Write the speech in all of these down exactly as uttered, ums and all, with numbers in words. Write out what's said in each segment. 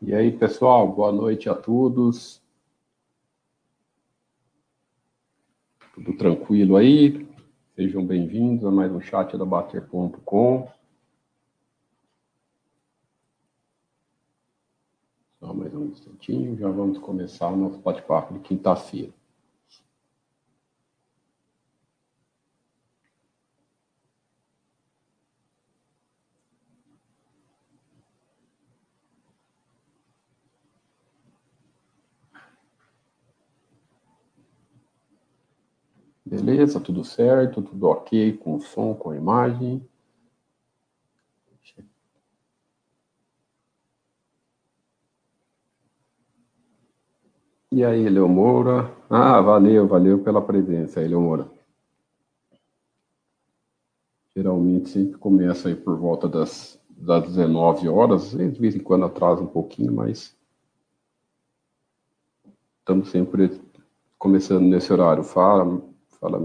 E aí, pessoal, boa noite a todos. Tudo tranquilo aí? Sejam bem-vindos a mais um chat da Bater ponto com. Só mais um instantinho, já vamos começar o nosso bate-papo de quinta-feira. Beleza, tudo certo, tudo ok com o som, com a imagem. E aí, Leo Moura? Ah, valeu, valeu pela presença aí, Leo Moura. Geralmente sempre começa aí por volta das, das dezenove horas, de vez em quando atrasa um pouquinho, mas estamos sempre começando nesse horário. Fala, fala,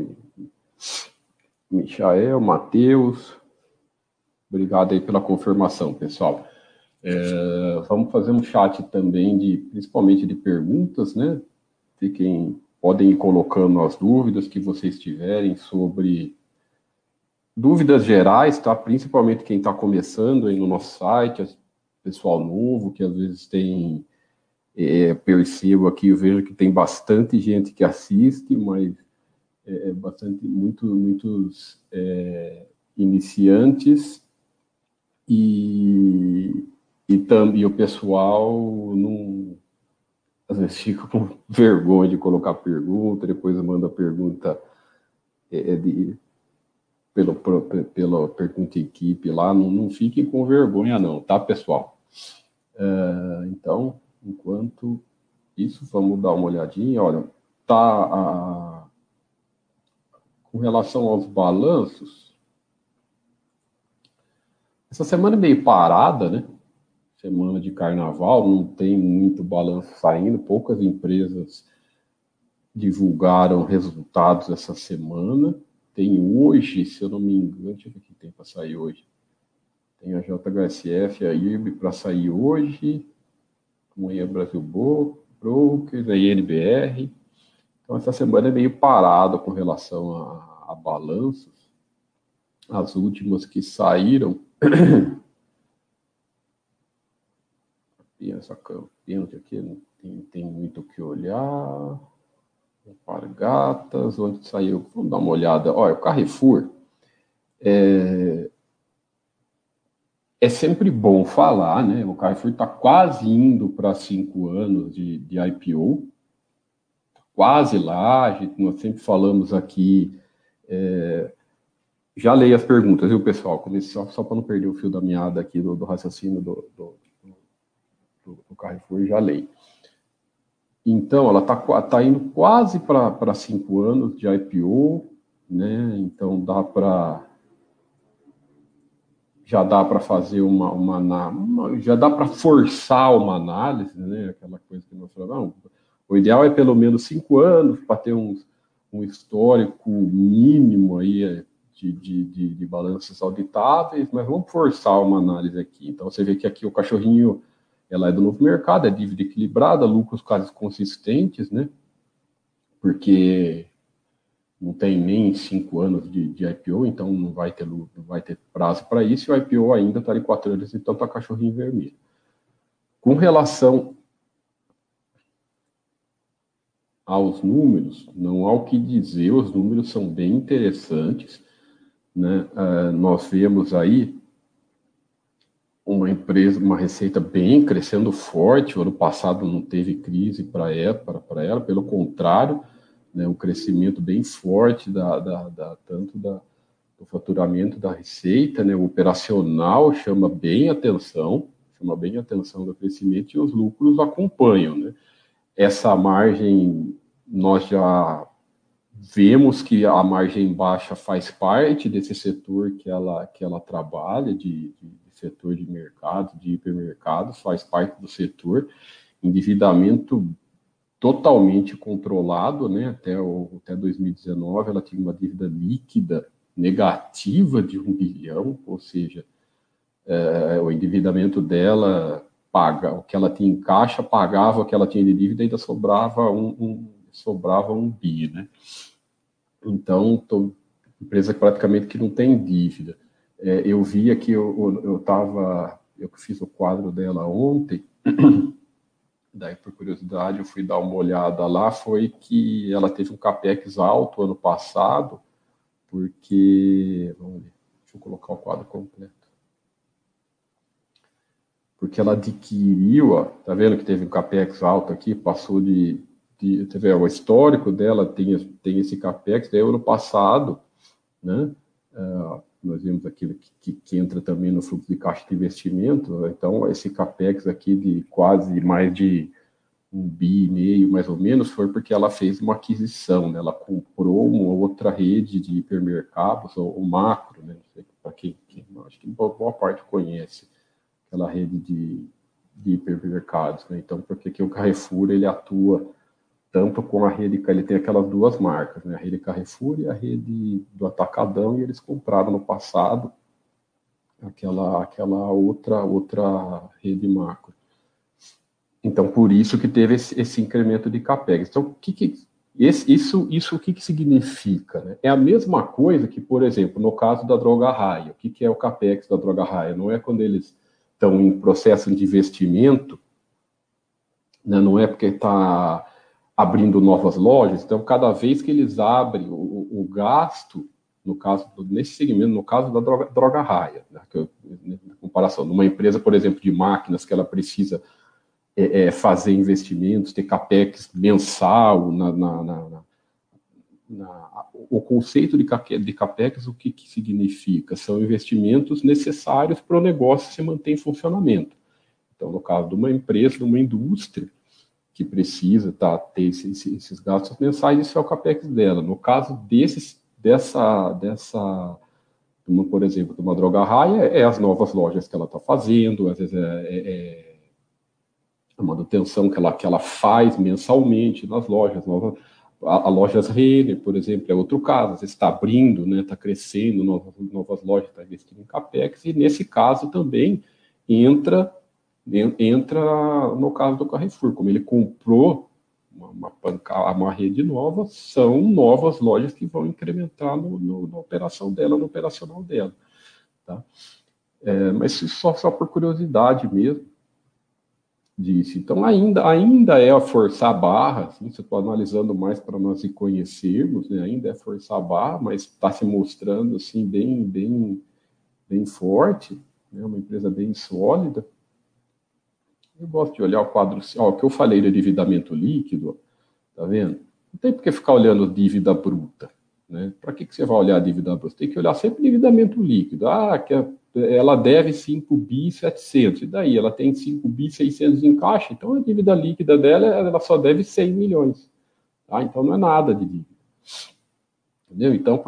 Michael, Matheus. Obrigado aí pela confirmação, pessoal. É, vamos fazer um chat também de, principalmente de perguntas, né? Fiquem, podem ir colocando as dúvidas que vocês tiverem sobre dúvidas gerais, tá? Principalmente quem está começando aí no nosso site, pessoal novo que às vezes tem, é, percebo aqui, eu vejo que tem bastante gente que assiste, mas é, bastante, muito, muitos é, iniciantes e, e, tam, e o pessoal não, às vezes fica com vergonha de colocar pergunta, depois manda pergunta é, de, pelo, pela pergunta equipe lá, não, não fiquem com vergonha não, tá, pessoal? Uh, então, enquanto isso, vamos dar uma olhadinha, olha, tá a, com relação aos balanços, essa semana é meio parada, né? Semana de carnaval, não tem muito balanço saindo, poucas empresas divulgaram resultados essa semana. Tem hoje, se eu não me engano, deixa eu ver o que tem para sair hoje. Tem a J H S F, a I R B para sair hoje, amanhã Brasil Brokers, a I N B R. Então, essa semana é meio parada com relação a, a balanços. As últimas que saíram. E essa pênalti aqui não tem, tem muito o que olhar. Alpargatas, onde saiu? Vamos dar uma olhada. Olha, o Carrefour é, é sempre bom falar, né? O Carrefour está quase indo para cinco anos de, de I P O, quase lá. A gente, nós sempre falamos aqui. É, já leio as perguntas, viu, pessoal? Comecei só, só para não perder o fio da meada aqui do, do raciocínio do, do, do, do Carrefour, já leio. Então, ela está tá indo quase para cinco anos de I P O, né? Então, dá para já dá para fazer uma, uma, uma já dá para forçar uma análise, né? Aquela coisa que nós falamos, não, o ideal é pelo menos cinco anos para ter um, um histórico mínimo aí de, de, de, de balanços auditáveis, mas vamos forçar uma análise aqui. Então, você vê que aqui o cachorrinho, ela é do novo mercado, é dívida equilibrada, lucros quase consistentes, né? Porque não tem nem cinco anos de, de I P O, então não vai ter, não vai ter prazo para isso, e o I P O ainda está em quatro anos, então está cachorrinho vermelho. Com relação aos números, não há o que dizer, os números são bem interessantes, né? Uh, nós vemos aí uma empresa, uma receita bem crescendo forte, o ano passado não teve crise para ela, para ela, pelo contrário, né, um crescimento bem forte da, da, da tanto da, do faturamento da receita, né, o operacional chama bem atenção, chama bem atenção do crescimento e os lucros acompanham, né? Essa margem, nós já vemos que a margem baixa faz parte desse setor que ela, que ela trabalha, de, de, de setor de mercado, de hipermercados, faz parte do setor, endividamento totalmente controlado, né? Até, o, até dois mil e dezenove ela tinha uma dívida líquida negativa de um bilhão, ou seja, é, o endividamento dela paga, o que ela tinha em caixa, pagava o que ela tinha de dívida e ainda sobrava um, um, sobrava um bi, né? Então, tô, empresa praticamente que não tem dívida. É, eu vi aqui, eu estava, eu, eu fiz o quadro dela ontem, daí por curiosidade eu fui dar uma olhada lá, foi que ela teve um capex alto ano passado, porque, vamos ver, deixa eu colocar o quadro completo. Porque ela adquiriu, ó, tá vendo que teve um capex alto aqui, passou de, de tá vendo, o histórico dela tem, tem esse capex, daí ano passado, né, uh, nós vimos aquilo que, que, que entra também no fluxo de caixa de investimento, então esse capex aqui de quase mais de um bi e meio, mais ou menos, foi porque ela fez uma aquisição, né? Ela comprou uma outra rede de hipermercados, o Macro, né? Para quem, quem, acho que boa parte conhece aquela rede de, de hipermercados, né? Então, porque que o Carrefour ele atua tanto com a rede, ele tem aquelas duas marcas, né? A rede Carrefour e a rede do Atacadão, e eles compraram no passado aquela aquela outra outra rede Macro. Então, por isso que teve esse, esse incremento de capex. Então, o que, que esse, isso, isso o que, que significa? Né? É a mesma coisa que, por exemplo, no caso da Droga Raia. O que, que é o capex da Droga Raia? Não é quando eles estão em processo de investimento, né? Não é porque está abrindo novas lojas. Então, cada vez que eles abrem o, o gasto, no caso nesse segmento, no caso da Droga, droga Raia, né? Que eu, na comparação, numa empresa, por exemplo, de máquinas que ela precisa É, é, fazer investimentos, ter capex mensal, na, na, na, na, o conceito de, de capex, o que, que significa? São investimentos necessários para o negócio se manter em funcionamento. Então, no caso de uma empresa, de uma indústria, que precisa tá, ter esses, esses gastos mensais, isso é o capex dela. No caso desses, dessa, dessa uma, por exemplo, de uma Droga Raia, é as novas lojas que ela está fazendo, às vezes é, é a manutenção que ela, que ela faz mensalmente nas lojas. Nova, a, a lojas Renner, por exemplo, é outro caso. Você está abrindo, né, está crescendo, novas, novas lojas, está investindo em capex, e nesse caso também entra, entra no caso do Carrefour, como ele comprou uma, uma, uma rede nova, são novas lojas que vão incrementar no, no, na operação dela, no operacional dela. Tá? É, mas só, só por curiosidade mesmo, disso. Então, ainda, ainda é a forçar a barra, assim, você está analisando mais para nós se conhecermos, né? Ainda é forçar a barra, mas está se mostrando assim, bem, bem, bem forte, né? Uma empresa bem sólida. Eu gosto de olhar o quadro, ó, o que eu falei de endividamento líquido, tá vendo? Não tem por que ficar olhando dívida bruta, né? Para que, que você vai olhar a dívida bruta? Tem que olhar sempre endividamento líquido. Ah, que ela deve cinco bi setecentos, e daí? Ela tem cinco bi seiscentos em caixa, então a dívida líquida dela, ela só deve cem milhões. Tá? Então não é nada de dívida. Entendeu? Então,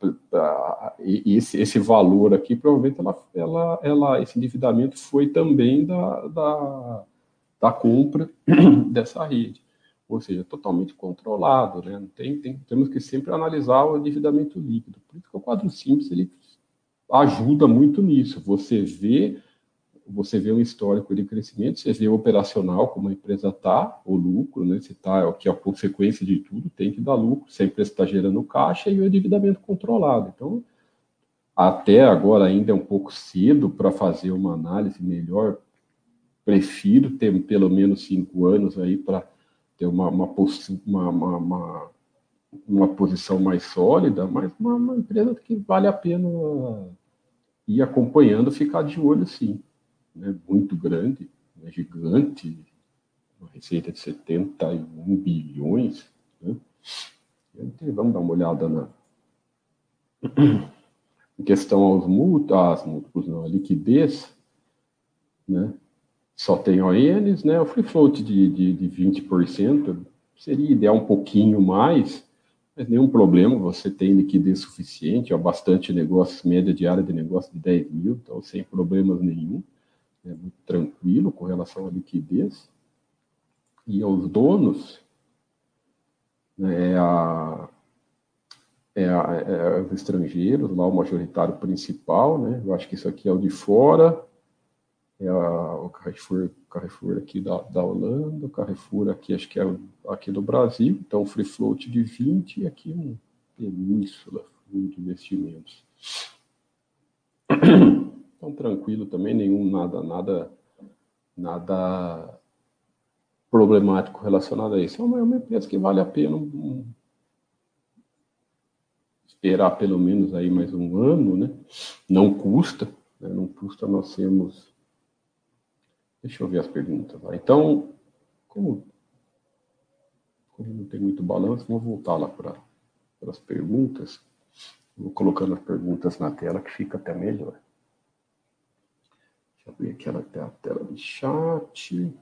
esse, esse valor aqui, provavelmente, ela, ela, ela, esse endividamento foi também da, da, da compra dessa rede. Ou seja, totalmente controlado, né? Tem, tem, temos que sempre analisar o endividamento líquido. Por isso que o quadro simples ele ajuda muito nisso. Você vê, você vê um histórico de crescimento, você vê o operacional, como a empresa está, o lucro, né? Se tá, que é a consequência de tudo, tem que dar lucro, se a empresa está gerando caixa, e o endividamento controlado. Então, até agora ainda é um pouco cedo para fazer uma análise melhor. Prefiro ter pelo menos cinco anos aí para ter uma, uma, uma, uma, uma posição mais sólida, mas uma, uma empresa que vale a pena ir acompanhando, ficar de olho, sim. Né? Muito grande, né? Gigante, uma receita de setenta e um bilhões. Né? Vamos dar uma olhada na em questão aos múltiplos, múltiplos não, a liquidez, né? Só tem O Ns, né? O free float de, de, de vinte por cento seria ideal um pouquinho mais, mas nenhum problema, você tem liquidez suficiente, há bastante negócios, média diária de negócio de dez mil, então sem problemas nenhum, é muito tranquilo com relação à liquidez. E aos donos, né, é a, é, a, é os estrangeiros, lá o majoritário principal, né? Eu acho que isso aqui é o de fora, É a, o Carrefour, Carrefour aqui da, da Holanda, o Carrefour aqui, acho que é aqui do Brasil. Então, free float de vinte e aqui um Península, fundo de investimentos. Então, tranquilo também, nenhum, nada, nada, nada problemático relacionado a isso. É uma, é uma empresa que vale a pena um, esperar pelo menos aí mais um ano, né? Não custa, né? Não custa, nós temos... Deixa eu ver as perguntas lá. Então, como, como não tem muito balanço, vou voltar lá para as perguntas. Vou colocando as perguntas na tela, que fica até melhor. Deixa eu abrir aqui a tela de chat.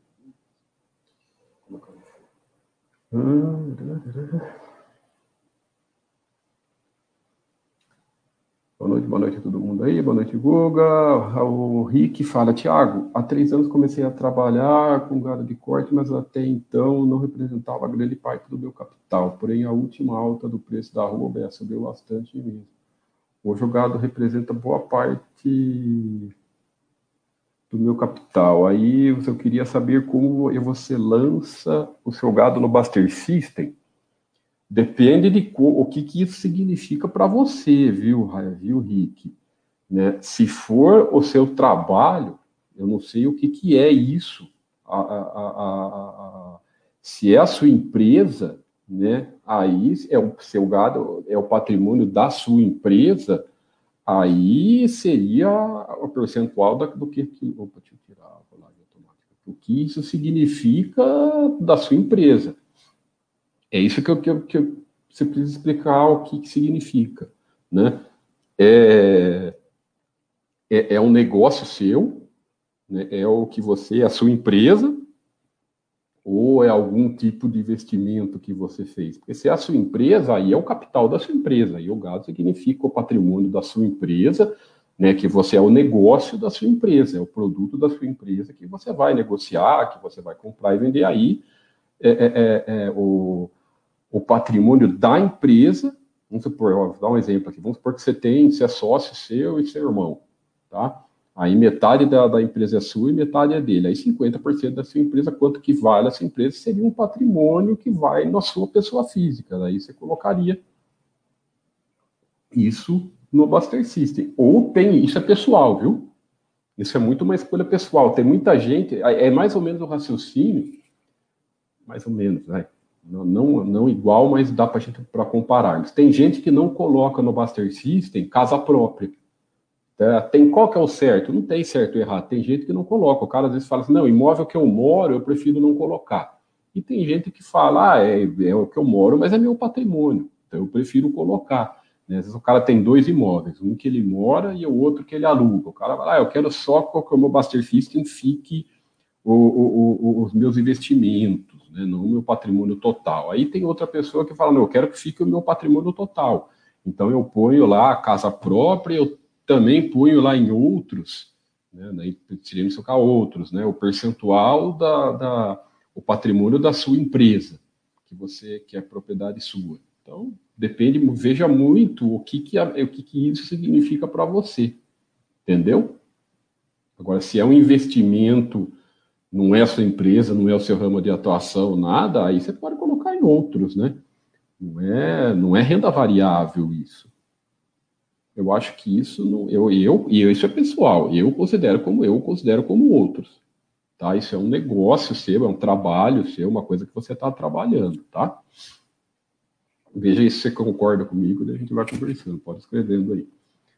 Boa noite, boa noite a todo mundo aí. Boa noite, Guga. O Rick fala, Tiago, há três anos comecei a trabalhar com gado de corte, mas até então não representava grande parte do meu capital. Porém, a última alta do preço da arroba subiu bastante mesmo. Hoje o gado representa boa parte do meu capital. Aí eu queria saber como você lança o seu gado no Buster System. Depende de o que, que isso significa para você, viu, viu, Rick? Né? Se for o seu trabalho, eu não sei o que, que é isso. A, a, a, a, se é a sua empresa, né? Aí é o seu gado, é o patrimônio da sua empresa, aí seria o percentual da, do que... Opa, deixa eu tirar a rolagem automática. O que isso significa da sua empresa. É isso que, eu, que, eu, que eu, você precisa explicar o que, que significa. Né? É, é, é um negócio seu, né? É o que você, a sua empresa, ou é algum tipo de investimento que você fez? Porque se é a sua empresa, aí é o capital da sua empresa, aí o gado significa o patrimônio da sua empresa, né, que você é o negócio da sua empresa, é o produto da sua empresa que você vai negociar, que você vai comprar e vender. Aí é, é, é, é o, o patrimônio da empresa. Vamos supor, ó, vou dar um exemplo aqui, vamos supor que você tem, você é sócio seu e seu irmão, tá? Aí metade da, da empresa é sua e metade é dele. Aí cinquenta por cento da sua empresa, quanto que vale essa empresa, seria um patrimônio que vai na sua pessoa física. Daí você colocaria isso no Buster System. Ou tem, isso é pessoal, viu? Isso é muito uma escolha pessoal. Tem muita gente, é mais ou menos o raciocínio, mais ou menos, né? Não, não, não igual, mas dá para gente para comparar. Tem gente que não coloca no Buster System casa própria. Tem qual que é o certo? Não tem certo e errado. Tem gente que não coloca. O cara às vezes fala assim, não, imóvel que eu moro, eu prefiro não colocar. E tem gente que fala, ah, é, é o que eu moro, mas é meu patrimônio, então eu prefiro colocar. Né? Às vezes o cara tem dois imóveis, um que ele mora e o outro que ele aluga. O cara fala, ah, eu quero só que o meu Buster System fique o, o, o, os meus investimentos, né? Não o meu patrimônio total. Aí tem outra pessoa que fala, não, eu quero que fique o meu patrimônio total. Então eu ponho lá a casa própria, eu também ponho lá em outros, né, tiremos colocar outros, né, o percentual da, da, o patrimônio da sua empresa, que você que é propriedade sua. Então, depende, veja muito o que, que, o que, que isso significa para você, entendeu? Agora, se é um investimento, não é a sua empresa, não é o seu ramo de atuação, nada, aí você pode colocar em outros, né? Não é, não é renda variável isso. Eu acho que isso não, eu, eu, e isso é pessoal, eu considero como eu considero como outros, tá? Isso é um negócio seu, é um trabalho seu, uma coisa que você está trabalhando, tá? Veja aí se você concorda comigo, daí a gente vai conversando, pode escrevendo aí.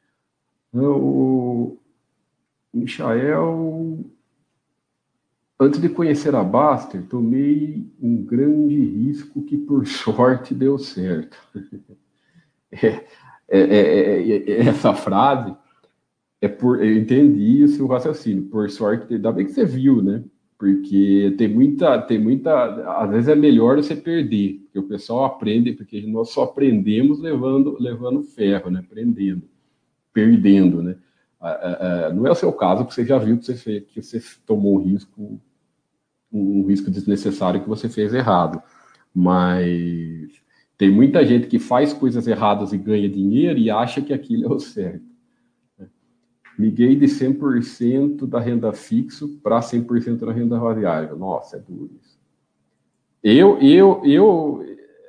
O Michael, antes de conhecer a Baster, tomei um grande risco que por sorte deu certo. é, é, é, é, essa frase é por, eu entendi o seu raciocínio, por sorte, ainda bem que você viu, né? Porque tem muita, tem muita, às vezes é melhor você perder, porque o pessoal aprende, porque nós só aprendemos levando, levando ferro, né? Aprendendo, perdendo, né? Ah, ah, não é o seu caso, porque você já viu que você, fez, que você tomou um risco, um risco desnecessário que você fez errado. Mas tem muita gente que faz coisas erradas e ganha dinheiro e acha que aquilo é o certo. Miguei de cem por cento da renda fixa para cem por cento da renda variável. Nossa, é duro isso. Eu, eu, eu,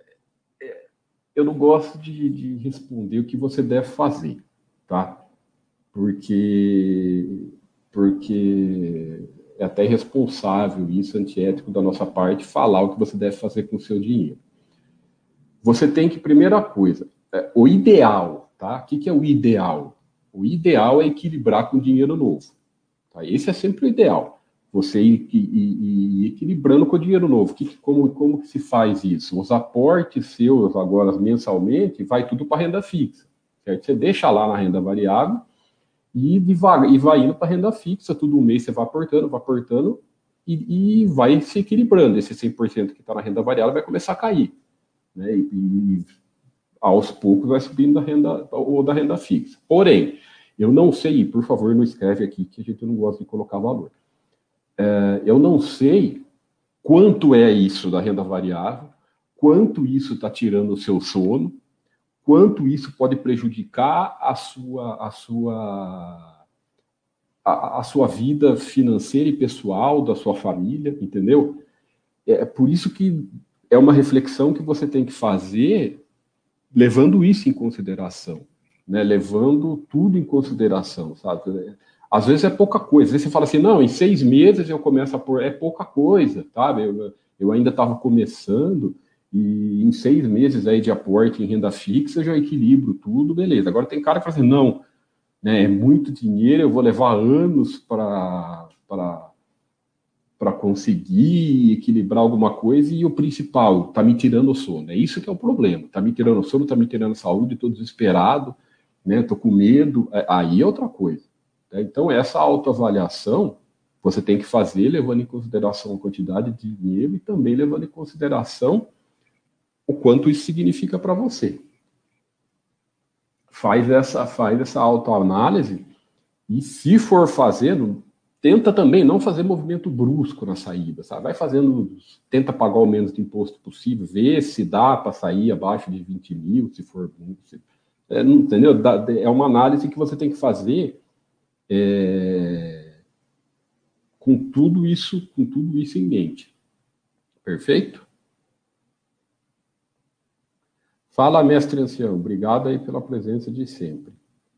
eu não gosto de, de responder o que você deve fazer, tá? Porque, porque é até irresponsável isso, antiético da nossa parte, falar o que você deve fazer com o seu dinheiro. Você tem que, primeira coisa, é, o ideal, tá? O que, que é o ideal? O ideal é equilibrar com dinheiro novo. Tá? Esse é sempre o ideal. Você ir, ir, ir equilibrando com o dinheiro novo. Que, como, como que se faz isso? Os aportes seus agora mensalmente vai tudo para renda fixa. Certo? Você deixa lá na renda variável e, devagar, e vai indo para renda fixa. Todo mês você vai aportando, vai aportando e, e vai se equilibrando. Esse cem por cento que está na renda variável vai começar a cair. Né? E, e aos poucos vai subindo da renda, ou da renda fixa. Porém, eu não sei, por favor, não escreve aqui que a gente não gosta de colocar valor. É, eu não sei quanto é isso da renda variável, quanto isso está tirando o seu sono, quanto isso pode prejudicar a sua, a sua, a, a sua vida financeira e pessoal, da sua família, entendeu? É por isso que é uma reflexão que você tem que fazer levando isso em consideração, né? Levando tudo em consideração, sabe? Às vezes é pouca coisa. Às vezes você fala assim, não, em seis meses eu começo a pôr, é pouca coisa, sabe? Eu, eu ainda estava começando e em seis meses aí de aporte em renda fixa eu já equilibro tudo, beleza. Agora tem cara que fala assim, não, né, é muito dinheiro, eu vou levar anos para para conseguir equilibrar alguma coisa e o principal, tá me tirando o sono. É isso que é o problema. Tá me tirando o sono, tá me tirando a saúde, tô desesperado, né? Tô com medo. Aí é outra coisa. Né? Então, essa autoavaliação você tem que fazer levando em consideração a quantidade de dinheiro e também levando em consideração o quanto isso significa para você. Faz essa, faz essa autoanálise e, se for fazendo, tenta também não fazer movimento brusco na saída, sabe? Vai fazendo, tenta pagar o menos de imposto possível, vê se dá para sair abaixo de vinte mil, se for muito. Se, é, entendeu? É uma análise que você tem que fazer é, com tudo isso, com tudo isso em mente. Perfeito? Fala, mestre ancião. Obrigado aí pela presença de sempre.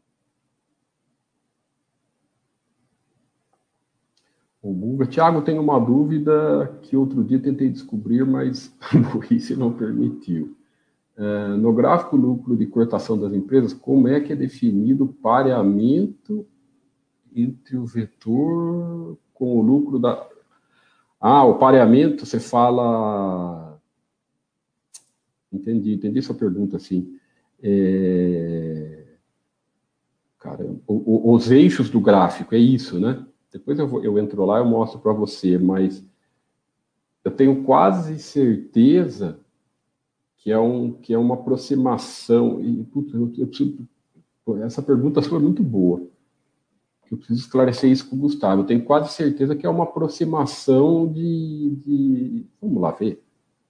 O Guga, Tiago, tem uma dúvida que outro dia tentei descobrir, mas a burrice não permitiu. É, no gráfico lucro de cotação das empresas, como é que é definido o pareamento entre o vetor com o lucro da... Ah, o pareamento, você fala... Entendi, entendi sua pergunta, assim. É... Caramba, o, o, os eixos do gráfico, é isso, né? Depois eu, vou, eu entro lá e eu mostro para você, mas eu tenho quase certeza que é, um, que é uma aproximação. E, putz, eu, eu preciso, essa pergunta sua é muito boa. Eu preciso esclarecer isso com o Gustavo. Eu tenho quase certeza que é uma aproximação de. de... Vamos lá ver.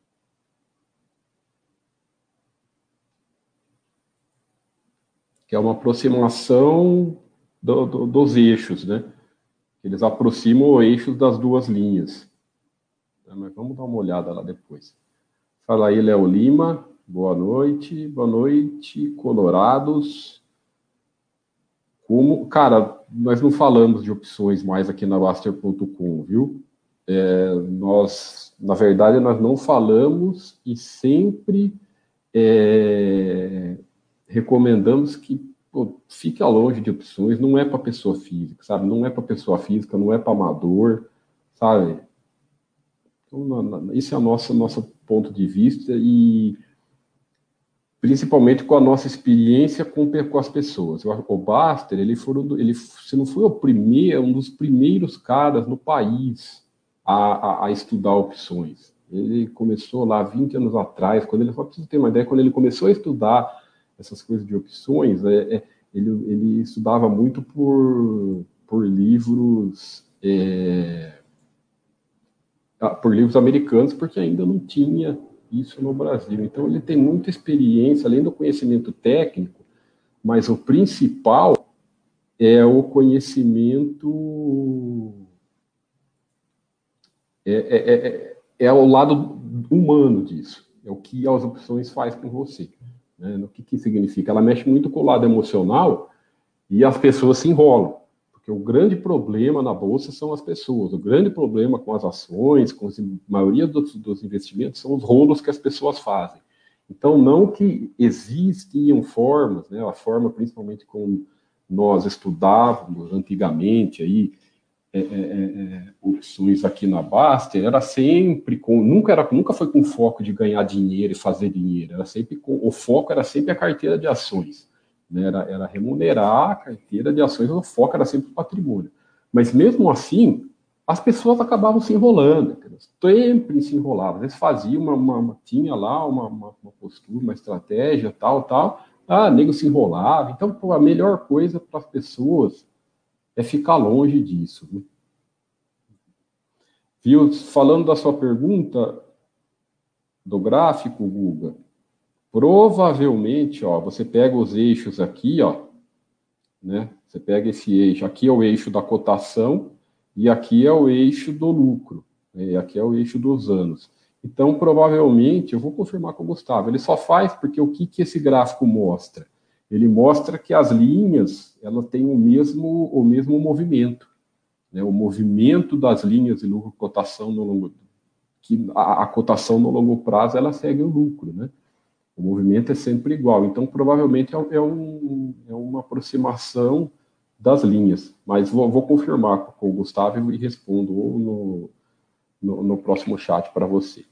Que é uma aproximação do, do, dos eixos, né? Eles aproximam os eixos das duas linhas. Mas vamos dar uma olhada lá depois. Fala aí, Léo Lima. Boa noite. Boa noite, Colorados. Como, cara, nós não falamos de opções mais aqui na Baster ponto com, viu? É, nós, na verdade, nós não falamos e sempre é, recomendamos que pô, fique longe de opções. Não é para pessoa física, sabe? Não é para pessoa física, não é para amador, sabe? Então, na, na, esse é o nosso, nosso ponto de vista e principalmente com a nossa experiência com, com as pessoas. O Baster, ele, foram, ele se não foi o primeiro, um dos primeiros caras no país a, a, a estudar opções. Ele começou lá vinte anos atrás, quando ele, só para você ter uma ideia, quando ele começou a estudar essas coisas de opções, é, é, ele, ele estudava muito por, por livros... É, por livros americanos, porque ainda não tinha isso no Brasil. Então, ele tem muita experiência, além do conhecimento técnico, mas o principal é o conhecimento, é, é, é, é o lado humano disso, é o que as opções faz com você. Né? O que, que significa? Ela mexe muito com o lado emocional e as pessoas se enrolam, porque o grande problema na Bolsa são as pessoas, o grande problema com as ações, com a maioria dos, dos investimentos, são os rolos que as pessoas fazem. Então, não que existiam formas, né, a forma principalmente como nós estudávamos antigamente, aí, é, é, é, opções aqui na Baster, era sempre com, nunca, era, nunca foi com foco de ganhar dinheiro e fazer dinheiro, era sempre com, o foco era sempre a carteira de ações, né, era, era remunerar a carteira de ações, o foco era sempre o patrimônio. Mas mesmo assim, as pessoas acabavam se enrolando, sempre se enrolavam, às vezes fazia uma, uma, uma tinha lá uma, uma, uma postura, uma estratégia, tal, tal, ah, nego se enrolava. Então, pô, a melhor coisa para as pessoas é ficar longe disso. Né? Viu? Falando da sua pergunta do gráfico, Guga, provavelmente, ó, você pega os eixos aqui, ó, né? Você pega esse eixo, aqui é o eixo da cotação e aqui é o eixo do lucro, né? E aqui é o eixo dos anos. Então, provavelmente, eu vou confirmar com o Gustavo, ele só faz porque o que, que esse gráfico mostra? Ele mostra que as linhas, elas têm o mesmo, o mesmo movimento, né? O movimento das linhas de lucro cotação no longo, que a, a cotação no longo prazo, ela segue o lucro, né? O movimento é sempre igual. Então, provavelmente, é, é, um, é uma aproximação das linhas. Mas vou, vou confirmar com o Gustavo e respondo no, no, no próximo chat para você.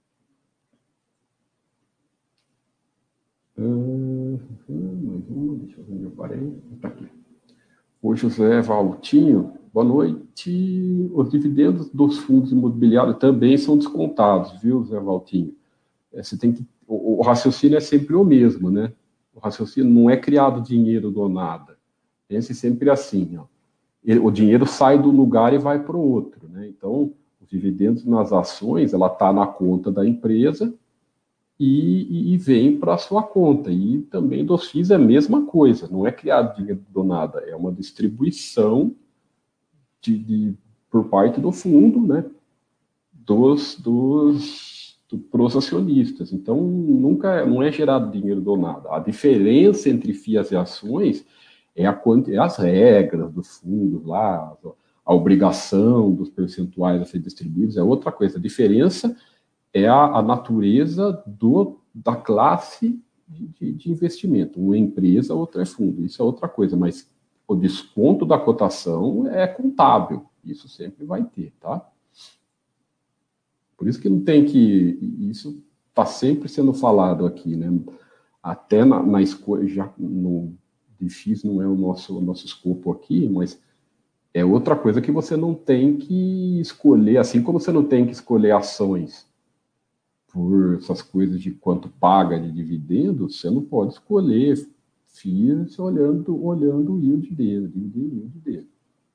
Uh, mais uma, deixa eu ver onde eu parei. Está aqui. O José Valtinho, boa noite. Os dividendos dos fundos imobiliários também são descontados, viu, José Valtinho? É, você tem que, o, o raciocínio é sempre o mesmo, né? O raciocínio não é criado dinheiro do nada. Pense sempre assim, ó. Ele, o dinheiro sai do lugar e vai para o outro, né? Então, os dividendos nas ações, ela está na conta da empresa e, e vem para a sua conta. E também dos F I Is é a mesma coisa, não é criado dinheiro do nada, é uma distribuição de, de, por parte do fundo, né? Dos, dos para os acionistas. Então, nunca não é gerado dinheiro do nada. A diferença entre F I As e ações é, a, é as regras dos fundos lá, a obrigação dos percentuais a ser distribuídos, é outra coisa. A diferença é a, a natureza do, da classe de, de, de investimento. Uma é empresa, outra é fundo. Isso é outra coisa, mas o desconto da cotação é contábil. Isso sempre vai ter, tá? Por isso que não tem que... Isso está sempre sendo falado aqui, né? Até na, na escolha... Já no D X não é o nosso, o nosso escopo aqui, mas é outra coisa que você não tem que escolher, assim como você não tem que escolher ações por essas coisas de quanto paga de dividendos, você não pode escolher F I As olhando, olhando o yield dele, o yield dele.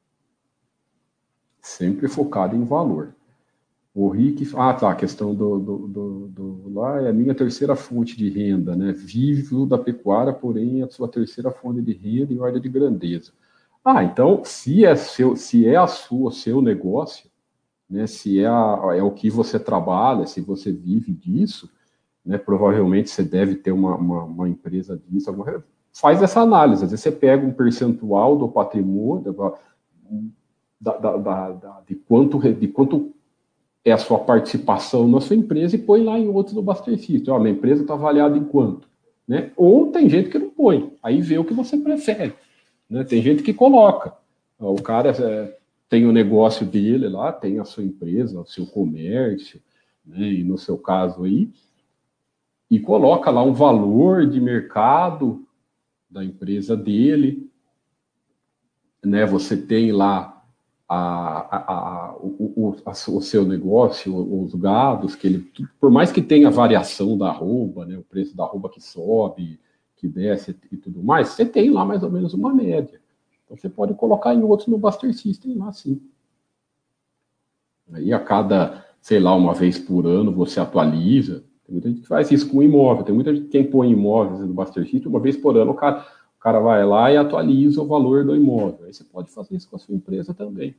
Sempre focado em valor. O Rick, ah, tá, a questão do, do, do, do lá é a minha terceira fonte de renda, né? Vivo da pecuária, porém a sua terceira fonte de renda em ordem de grandeza. Ah, então, se é seu, se é a sua, seu negócio, né? Se é, a, é o que você trabalha, se você vive disso, né? Provavelmente você deve ter uma, uma, uma empresa disso. Alguma, faz essa análise. Às vezes você pega um percentual do patrimônio, da, da, da, da, de quanto, de quanto é a sua participação na sua empresa e põe lá em outros do Buster System. Ó, minha empresa está avaliada em quanto? Né? Ou tem gente que não põe, aí vê o que você prefere. Né? Tem gente que coloca. O cara é, tem o negócio dele lá, tem a sua empresa, o seu comércio, né? E no seu caso aí, e coloca lá um valor de mercado da empresa dele. Né? Você tem lá A, a, a, o, a, o seu negócio, os gados, que ele, por mais que tenha variação da arroba, né, o preço da arroba que sobe, que desce e tudo mais, você tem lá mais ou menos uma média. Então você pode colocar em outros no Buster System lá sim. Aí a cada, sei lá, uma vez por ano você atualiza. Tem muita gente que faz isso com imóvel, tem muita gente que põe imóveis no Buster System, uma vez por ano o cara, cara vai lá e atualiza o valor do imóvel. Aí você pode fazer isso com a sua empresa também.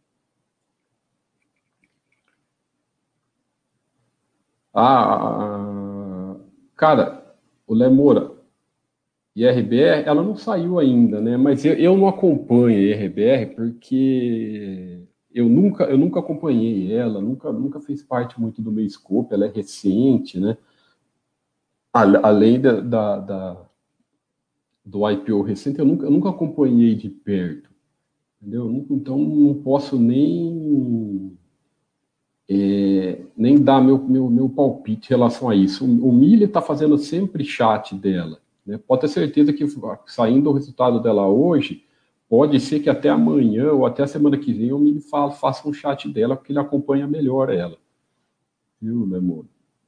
Ah, cara, o Lemora, I R B R, ela não saiu ainda, né? Mas eu, eu não acompanho a I R B R porque eu nunca, eu nunca acompanhei ela, nunca, nunca fez parte muito do meu escopo, ela é recente, né? Além da, da, da do I P O recente, eu nunca, eu nunca acompanhei de perto, entendeu? Então não posso nem é, nem dar meu, meu, meu palpite em relação a isso. O, o Mili está fazendo sempre chat dela, né? Pode ter certeza que saindo o resultado dela hoje, pode ser que até amanhã ou até a semana que vem o Mili fa faça um chat dela, porque ele acompanha melhor ela. Viu, meu amor?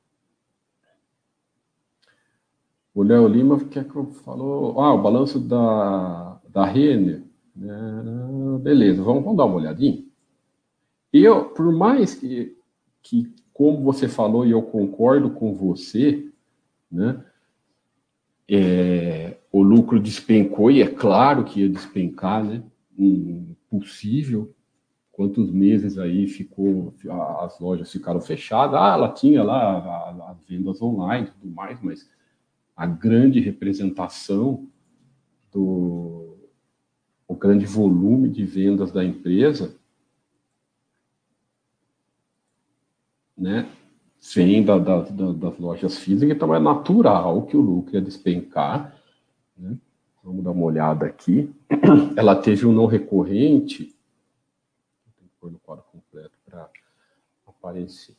O Léo Lima que falou, ah, o balanço da, da Renner. É, beleza, vamos, vamos dar uma olhadinha. Eu, por mais que, que, como você falou, e eu concordo com você, né, é, o lucro despencou, e é claro que ia despencar, né, impossível. Quantos meses aí ficou, as lojas ficaram fechadas, ah, ela tinha lá as vendas online e tudo mais, mas a grande representação do o grande volume de vendas da empresa, né, vem da, da, da, das lojas físicas, então é natural que o lucro ia despencar, né? Vamos dar uma olhada aqui. Ela teve um não recorrente, tem que pôr no quadro completo para aparecer.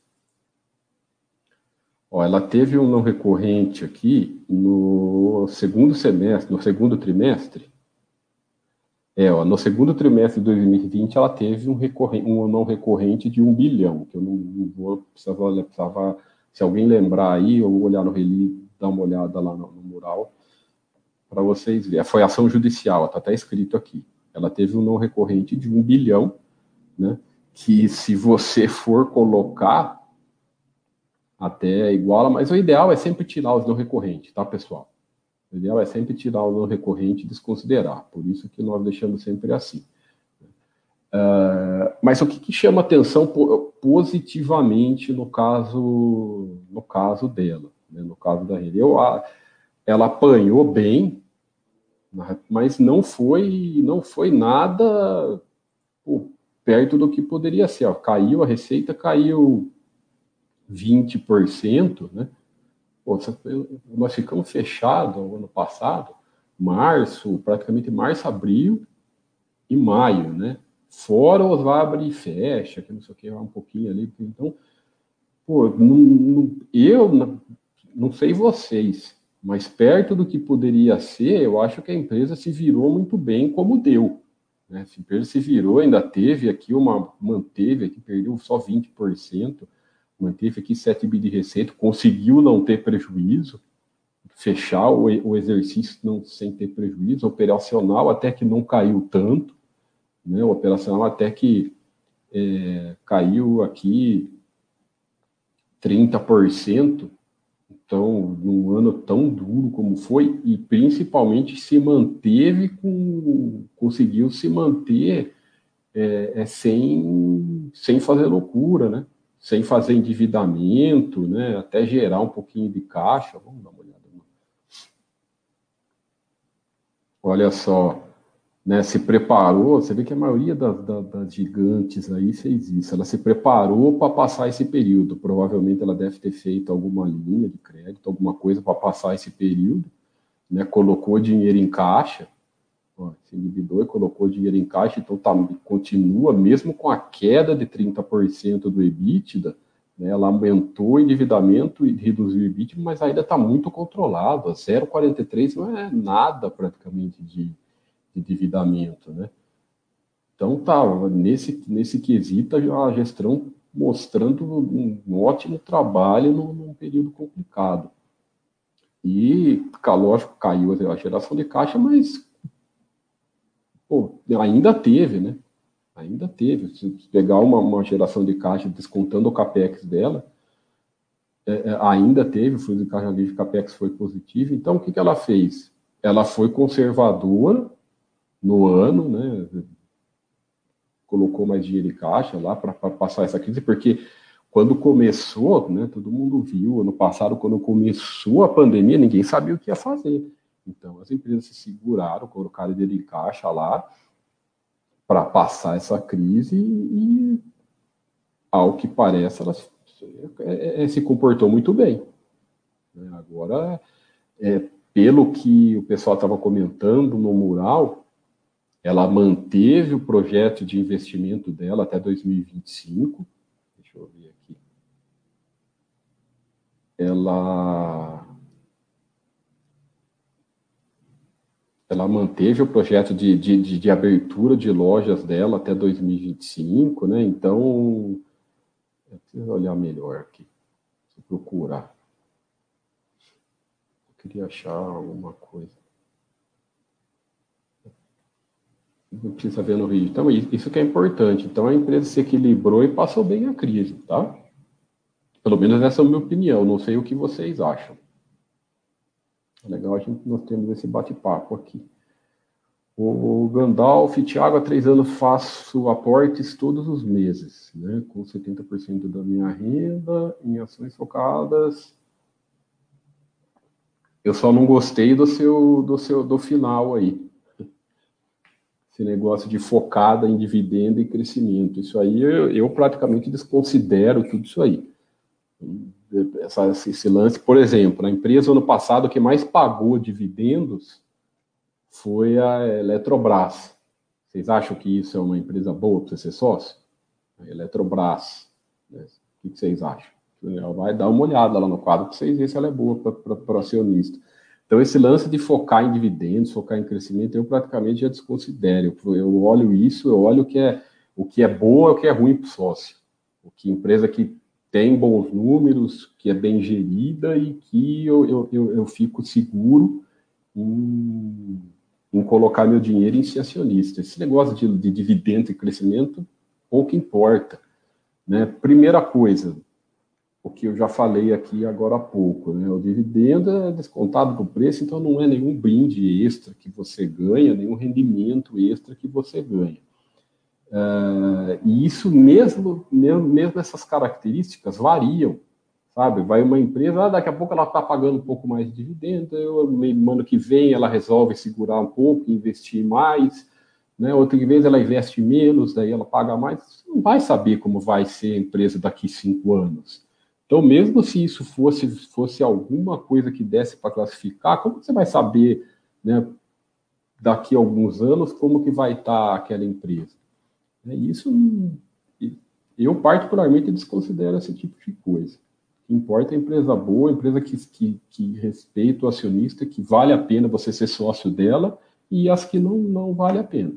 Ó, ela teve um não recorrente aqui no segundo semestre, no segundo trimestre. É, ó, no segundo trimestre de dois mil e vinte, ela teve um, recorrente, um não recorrente de um bilhão, que eu não, não vou, precisava, precisava, se alguém lembrar aí, ou olhar no release, dar uma olhada lá no, no mural, para vocês verem. Foi ação judicial, está até escrito aqui. Ela teve um não recorrente de um bilhão, né, que se você for colocar, até iguala, mas o ideal é sempre tirar os não recorrentes, tá, pessoal? O ideal é sempre tirar o não recorrente e desconsiderar. Por isso que nós deixamos sempre assim. Uh, mas o que, que chama atenção positivamente no caso, no caso dela, né, no caso da Rede? Eu, ela apanhou bem, mas não foi, não foi nada pô, perto do que poderia ser. Ó, caiu a receita, caiu vinte por cento, né? Pô, nós ficamos fechados no ano passado, março, praticamente março, abril e maio, né? Fora os abre e fecha, que não sei o que, um pouquinho ali. Então, pô, não, não, eu não, não sei vocês, mas perto do que poderia ser, eu acho que a empresa se virou muito bem como deu. Né? A empresa se virou, ainda teve aqui uma, manteve aqui, perdeu só vinte por cento, manteve aqui sete bi de receita, conseguiu não ter prejuízo, fechar o, o exercício não, sem ter prejuízo, operacional até que não caiu tanto, né? O operacional até que é, caiu aqui trinta por cento, então, num ano tão duro como foi, e principalmente se manteve com, conseguiu se manter é, é, sem, sem fazer loucura, né? Sem fazer endividamento, né? Até gerar um pouquinho de caixa. Vamos dar uma olhada. Olha só, né, se preparou, você vê que a maioria das, das, das gigantes aí fez isso, ela se preparou para passar esse período, provavelmente ela deve ter feito alguma linha de crédito, alguma coisa para passar esse período, né, colocou dinheiro em caixa, ó, se endividou e colocou dinheiro em caixa, então tá, continua, mesmo com a queda de trinta por cento do EBITDA, né, ela aumentou o endividamento e reduziu o EBITDA, mas ainda está muito controlado, a zero vírgula quarenta e três não é nada praticamente de de endividamento, né? Então tá, nesse, nesse quesito a gestão mostrando um, um ótimo trabalho num, num período complicado. E, lógico, caiu a geração de caixa, mas pô, ainda teve, né? Ainda teve. Se pegar uma, uma geração de caixa descontando o capex dela, é, ainda teve, o fluxo de caixa livre capex foi positivo. Então, o que, que ela fez? ela foi conservadora no ano, né? Colocou mais dinheiro em caixa lá para passar essa crise, porque quando começou, né, todo mundo viu, ano passado, quando começou a pandemia, ninguém sabia o que ia fazer. Então, as empresas se seguraram, colocaram dinheiro em caixa lá para passar essa crise e, ao que parece, elas é, é, se comportou muito bem. Agora, é, pelo que o pessoal estava comentando no mural, ela manteve o projeto de investimento dela até dois mil e vinte e cinco. Deixa eu ver aqui. Ela, ela manteve o projeto de, de, de, de abertura de lojas dela até dois mil e vinte e cinco, né? Então, eu preciso olhar melhor aqui, se procurar. Eu queria achar alguma coisa. Não precisa ver no vídeo. Então, isso que é importante. Então, a empresa se equilibrou e passou bem a crise, tá? Pelo menos essa é a minha opinião. Não sei o que vocês acham. É legal a gente, nós temos esse bate-papo aqui. O Gandalf, Thiago, há três anos faço aportes todos os meses, né? Com setenta por cento da minha renda em ações focadas. Eu só não gostei do seu, do seu, do final aí. Esse negócio de focada em dividendo e crescimento. Isso aí eu, eu praticamente desconsidero tudo isso aí. Essa, esse lance, por exemplo, a empresa ano passado que mais pagou dividendos foi a Eletrobras. Vocês acham que isso é uma empresa boa para você ser sócio? A Eletrobras. Né? O que vocês acham? Vai dar uma olhada lá no quadro para vocês verem se ela é boa para o acionista. Então, esse lance de focar em dividendos, focar em crescimento, eu praticamente já desconsidero. Eu olho isso, eu olho o que é, o que é bom e o que é ruim para o sócio. O que empresa que tem bons números, que é bem gerida e que eu, eu, eu, eu fico seguro em, em colocar meu dinheiro em ser acionista. Esse negócio de, de dividendo e crescimento, pouco importa. Né? Primeira coisa, o que eu já falei aqui agora há pouco, né? O dividendo é descontado do preço, então não é nenhum brinde extra que você ganha, nenhum rendimento extra que você ganha. Uh, e isso mesmo, mesmo, mesmo essas características variam, sabe? Vai uma empresa, ah, daqui a pouco ela está pagando um pouco mais de dividendo, eu, ano que vem ela resolve segurar um pouco, investir mais, né? Outra vez ela investe menos, daí ela paga mais. Você não vai saber como vai ser a empresa daqui cinco anos. Então, mesmo se isso fosse, fosse alguma coisa que desse para classificar, como você vai saber, né, daqui a alguns anos como que vai estar aquela empresa? Isso, eu particularmente desconsidero esse tipo de coisa. O que importa é a empresa boa, a empresa que, que, que respeita o acionista, que vale a pena você ser sócio dela, e as que não, não vale a pena.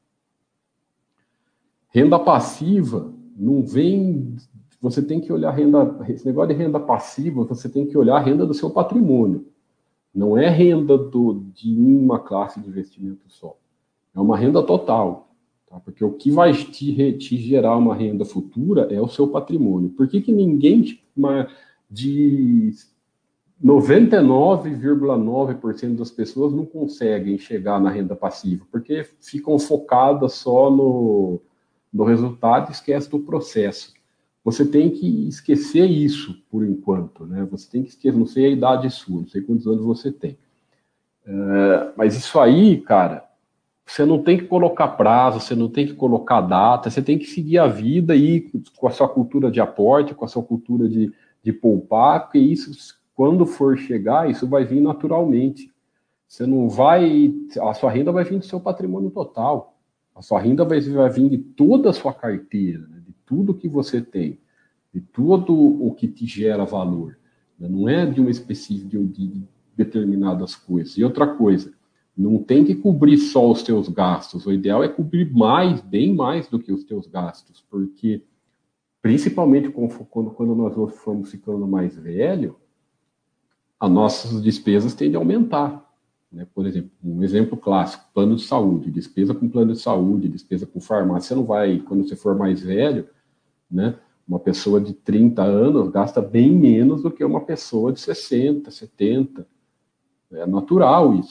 Renda passiva não vem... Você tem que olhar renda... Esse negócio de renda passiva, você tem que olhar a renda do seu patrimônio. Não é renda do, de uma classe de investimento só. É uma renda total. Tá? Porque o que vai te, te gerar uma renda futura é o seu patrimônio. Por que, que ninguém... Uma, de noventa e nove vírgula nove por cento das pessoas não conseguem chegar na renda passiva? Porque ficam focadas só no, no resultado e esquecem do processo. Você tem que esquecer isso por enquanto, né? Você tem que esquecer, não sei a idade sua, não sei quantos anos você tem. É, mas isso aí, cara, você não tem que colocar prazo, você não tem que colocar data, você tem que seguir a vida aí com a sua cultura de aporte, com a sua cultura de, de poupar, porque isso, quando for chegar, isso vai vir naturalmente. Você não vai... A sua renda vai vir do seu patrimônio total. A sua renda vai, vai vir de toda a sua carteira, né? De tudo que você tem, de tudo o que te gera valor. Né? Não é de uma específica, de, de determinadas coisas. E outra coisa, não tem que cobrir só os teus gastos. O ideal é cobrir mais, bem mais do que os teus gastos, porque principalmente quando, quando nós formos ficando mais velho, as nossas despesas tendem a aumentar. Né? Por exemplo, um exemplo clássico, plano de saúde, despesa com plano de saúde, despesa com farmácia. Você não vai, quando você for mais velho, né? Uma pessoa de trinta anos gasta bem menos do que uma pessoa de sessenta, setenta. É natural isso.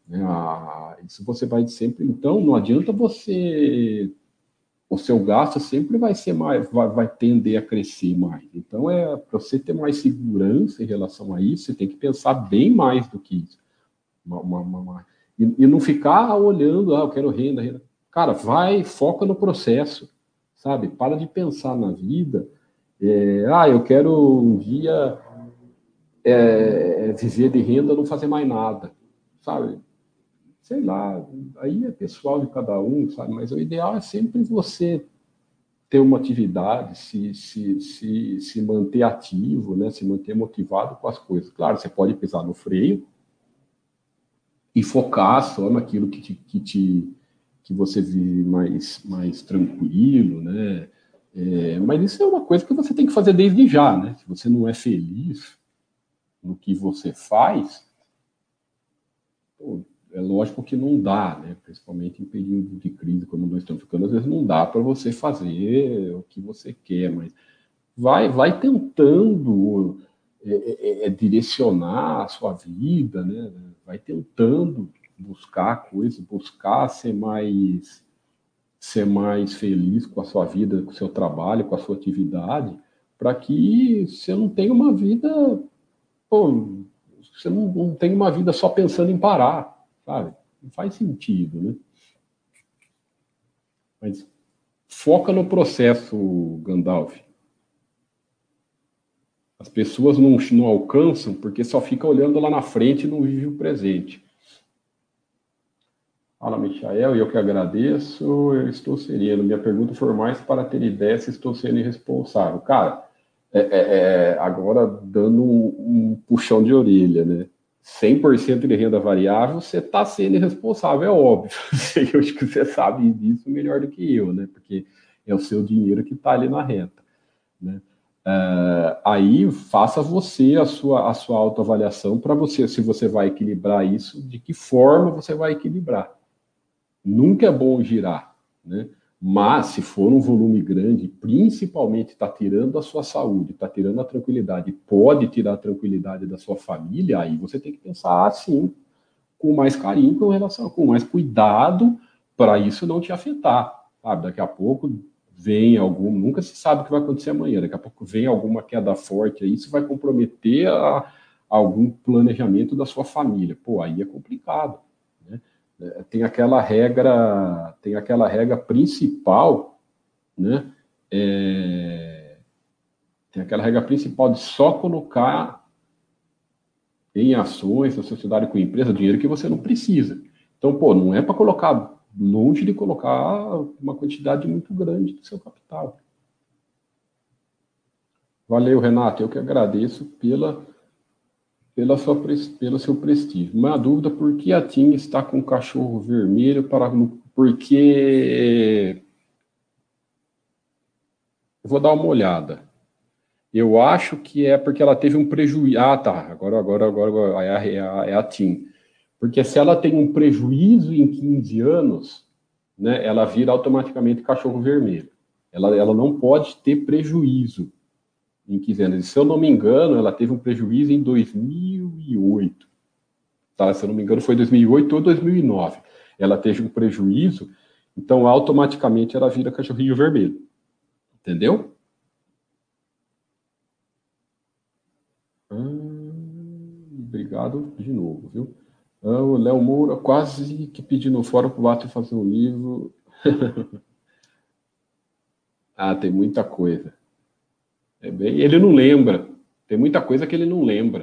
né? Ah, isso você vai sempre... Então, não adianta você... O seu gasto sempre vai ser mais, vai, vai tender a crescer mais. Então, é para você ter mais segurança em relação a isso, você tem que pensar bem mais do que isso. Uma, uma, uma, e, e não ficar olhando, ah, eu quero renda, renda. Cara, vai, foca no processo, sabe? Para de pensar na vida. É, ah, eu quero um dia é, viver de renda, não fazer mais nada, sabe? Sei lá, aí é pessoal de cada um, sabe? Mas o ideal é sempre você ter uma atividade, se, se, se, se manter ativo, né? Se manter motivado com as coisas. Claro, você pode pisar no freio e focar só naquilo que te, que, te, que você vive mais, mais tranquilo, né? É, mas isso é uma coisa que você tem que fazer desde já, né? Se você não é feliz no que você faz, pô, é lógico que não dá, né? Principalmente em período de crise, quando nós estamos ficando, às vezes não dá para você fazer o que você quer, mas vai, vai tentando é, é, é, direcionar a sua vida, né? Vai tentando buscar coisas, buscar ser mais ser mais feliz com a sua vida, com o seu trabalho, com a sua atividade, para que você não tenha uma vida, pô, você não, não tenha uma vida só pensando em parar, sabe? Não faz sentido, né? Mas foca no processo, Gandalf. As pessoas não, não alcançam porque só fica olhando lá na frente e não vive o presente. Fala, Michael, e eu que agradeço, eu estou sereno. Minha pergunta foi mais para ter ideia se estou sendo irresponsável. Cara, é, é, é, agora dando um, um puxão de orelha, né? cem por cento de renda variável, você está sendo irresponsável, é óbvio. Eu acho que você sabe disso melhor do que eu, né? Porque é o seu dinheiro que está ali na renta, né? Uh, aí faça você a sua, a sua autoavaliação para você, se você vai equilibrar isso, de que forma você vai equilibrar. Nunca é bom girar, né? Mas se for um volume grande, principalmente está tirando a sua saúde, está tirando a tranquilidade, pode tirar a tranquilidade da sua família, aí você tem que pensar assim, com mais carinho, com relação, com mais cuidado, para isso não te afetar, sabe? Daqui a pouco vem algum, nunca se sabe o que vai acontecer amanhã, daqui a pouco vem alguma queda forte aí, isso vai comprometer a, a algum planejamento da sua família. Pô, aí é complicado, né? Tem aquela regra, tem aquela regra principal, né? É, tem aquela regra principal de só colocar em ações, na sociedade com empresa, dinheiro que você não precisa. Então, pô, não é para colocar, longe de colocar uma quantidade muito grande do seu capital. Valeu, Renato, eu que agradeço pela, pela sua, pelo seu prestígio. Uma dúvida, por que a Tim está com o cachorro vermelho para... Porque... Eu vou dar uma olhada. Eu acho que é porque ela teve um prejuízo... Ah, tá, agora, agora, agora, agora é a, é a, é a Tim. Porque se ela tem um prejuízo em quinze anos, né, ela vira automaticamente cachorro vermelho. Ela, ela não pode ter prejuízo em quinze anos. E, se eu não me engano, ela teve um prejuízo em dois mil e oito. Tá? Se eu não me engano, foi dois mil e oito ou dois mil e nove. Ela teve um prejuízo, então automaticamente ela vira cachorrinho vermelho. Entendeu? Hum, obrigado de novo, viu? Ah, o Léo Moura quase que pedindo fora para o Bato fazer um livro. Ah, tem muita coisa. É bem... Ele não lembra. Tem muita coisa que ele não lembra.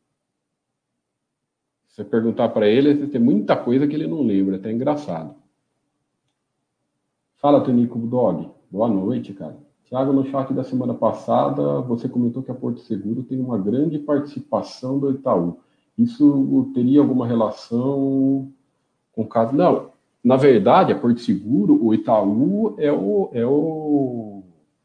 Se você perguntar para ele, tem muita coisa que ele não lembra. É até engraçado. Fala, Tonico Dog. Boa noite, cara. Tiago, no chat da semana passada, você comentou que a Porto Seguro tem uma grande participação do Itaú. Isso teria alguma relação com o caso? Não. Na verdade, a Porto Seguro, o Itaú é o, é o,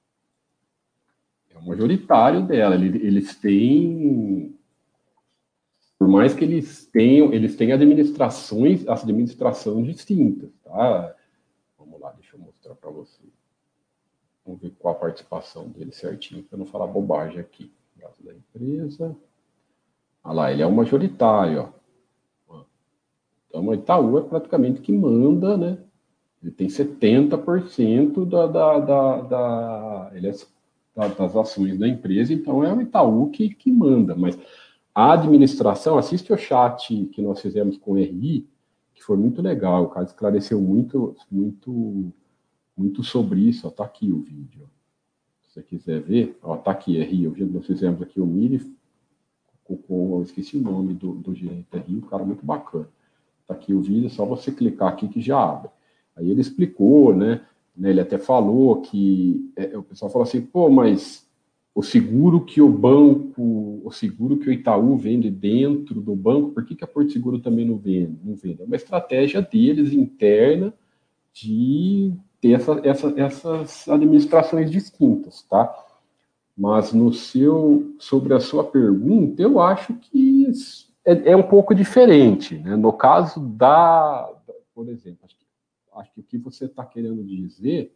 é o majoritário dela. Eles têm, por mais que eles tenham, eles têm administrações, as administrações distintas, tá? Vamos lá, deixa eu mostrar para você. Vamos ver qual a participação dele certinho, para não falar bobagem aqui. Gasto da empresa. Olha lá, ele é o majoritário, ó. Então, a Itaú é praticamente que manda, né? Ele tem setenta por cento da, da, da, da, ele é, da, das ações da empresa, então é o Itaú que, que manda. Mas a administração, assiste o chat que nós fizemos com o R I, que foi muito legal, o cara esclareceu muito, muito, muito sobre isso. Está aqui o vídeo. Se você quiser ver, está aqui, R I, o vídeo que nós fizemos aqui, o Miri, com, com, eu esqueci o nome do, do gerente R I, um cara muito bacana. Está aqui o vídeo, é só você clicar aqui que já abre. Aí ele explicou, né? Ele até falou que é, o pessoal falou assim, pô, mas o seguro que o banco, o seguro que o Itaú vende dentro do banco, por que, que a Porto Seguro também não vende? Não vende? É uma estratégia deles interna de ter essa, essa, essas administrações distintas, tá? Mas no seu, sobre a sua pergunta, eu acho que é, é um pouco diferente, né? No caso da, por exemplo, acho que, acho que o que você está querendo dizer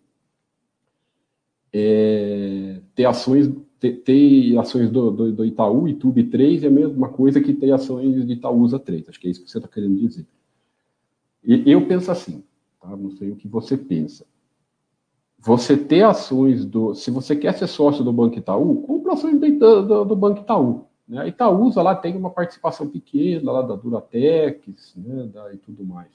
é ter ações, ter, ter ações do, do, do Itaú e Tube três é a mesma coisa que ter ações de Itaúsa três. Acho que é isso que você está querendo dizer. E eu penso assim, tá? Não sei o que você pensa. Você ter ações do... Se você quer ser sócio do Banco Itaú, compra ações do, do, do Banco Itaú. Né? A Itaúsa lá tem uma participação pequena, lá da Duratex, né? Da, e tudo mais.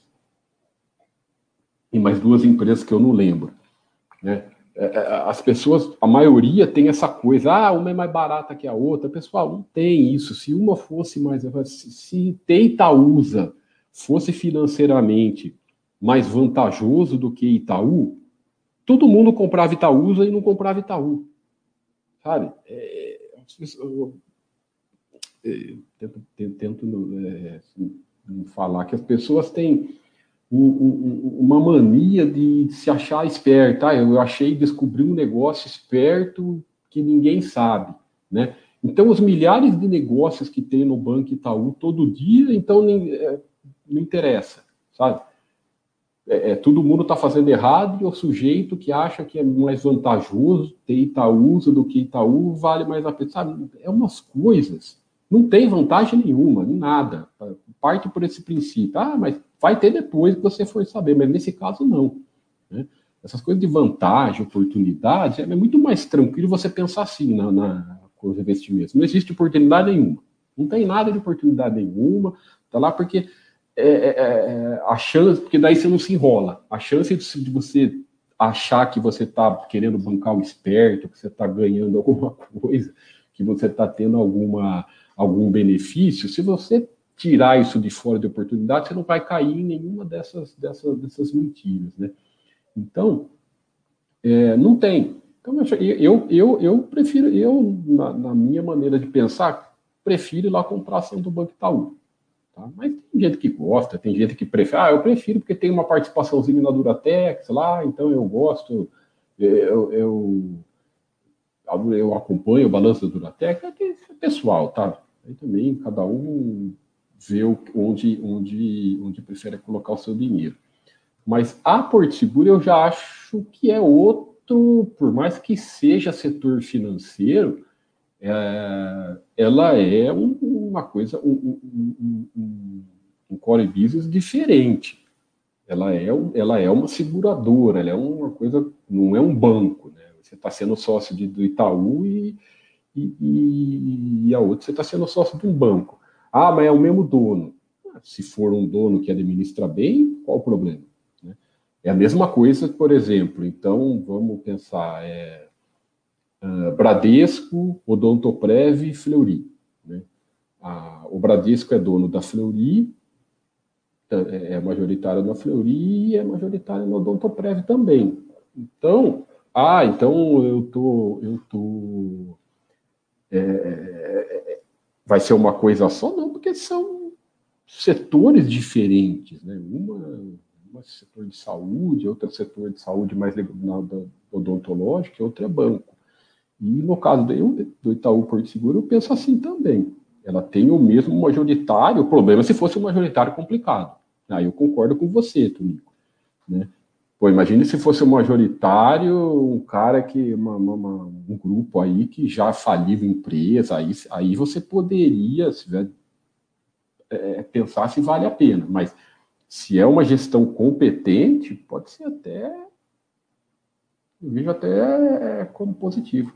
E mais duas empresas que eu não lembro. Né? As pessoas, a maioria tem essa coisa, ah, uma é mais barata que a outra. Pessoal, não tem isso. Se uma fosse mais... Se, se ter Itaúsa fosse financeiramente mais vantajoso do que Itaú, todo mundo comprava Itaúsa e não comprava Itaú. Sabe? É, eu, eu, tento, tento é, assim, falar que as pessoas têm um, um, uma mania de se achar esperto. Ah, eu achei, descobri um negócio esperto que ninguém sabe. Né? Então, os milhares de negócios que tem no Banco Itaú todo dia, então nem, é, não interessa. Sabe? É, é, todo mundo está fazendo errado e o sujeito que acha que é mais vantajoso ter Itaúsa do que Itaú vale mais a pena. Sabe? É umas coisas. Não tem vantagem nenhuma, em nada. Parte por esse princípio. Ah, mas vai ter depois que você for saber, mas nesse caso não. Né? Essas coisas de vantagem, oportunidade, é muito mais tranquilo você pensar assim na, na, com os investimentos. Não existe oportunidade nenhuma. Não tem nada de oportunidade nenhuma. Está lá porque... É, é, a chance, porque daí você não se enrola. A chance de, de você achar que você está querendo bancar o esperto, que você está ganhando alguma coisa, que você está tendo alguma, algum benefício, se você tirar isso de fora de oportunidade, você não vai cair em nenhuma dessas, dessas, dessas mentiras. Né? Então, é, não tem. Então, eu, eu, eu prefiro, eu, na, na minha maneira de pensar, prefiro ir lá comprar ação do Banco Itaú. Tá? Mas tem gente que gosta, tem gente que prefere. Ah, eu prefiro porque tem uma participaçãozinha na Duratex lá, então eu gosto, eu, eu, eu acompanho o balanço da Duratex. É pessoal, tá? Aí também cada um vê onde, onde, onde prefere colocar o seu dinheiro. Mas a Porto Seguro eu já acho que é outro, por mais que seja setor financeiro, é, ela é um, uma coisa, um, um, um, um core business diferente. Ela é, ela é uma seguradora, ela é uma coisa, não é um banco. Né? Você está sendo sócio de, do Itaú e, e, e a outra você está sendo sócio de um banco. Ah, mas é o mesmo dono. Se for um dono que administra bem, qual o problema? Né? É a mesma coisa, por exemplo, então vamos pensar... É, Uh, Bradesco, Odontoprev e Fleury. Né? Ah, o Bradesco é dono da Fleury, é majoritário na Fleury e é majoritário no Odontoprev também. Então, ah, então eu tô, eu tô, é, vai ser uma coisa só? Não, porque são setores diferentes, né? Uma, uma setor de saúde, outra setor de saúde mais ligado odontológico, e outra é banco. E no caso do, do Itaú Porto Seguro, eu penso assim também. Ela tem o mesmo majoritário, o problema é se fosse um majoritário complicado. Aí eu concordo com você, Tonico. Né? Pô, imagine se fosse um majoritário, um cara que, uma, uma, um grupo aí que já faliu empresa, aí, aí você poderia se, é, pensar se vale a pena. Mas Se é uma gestão competente, pode ser até, eu vejo até como positivo.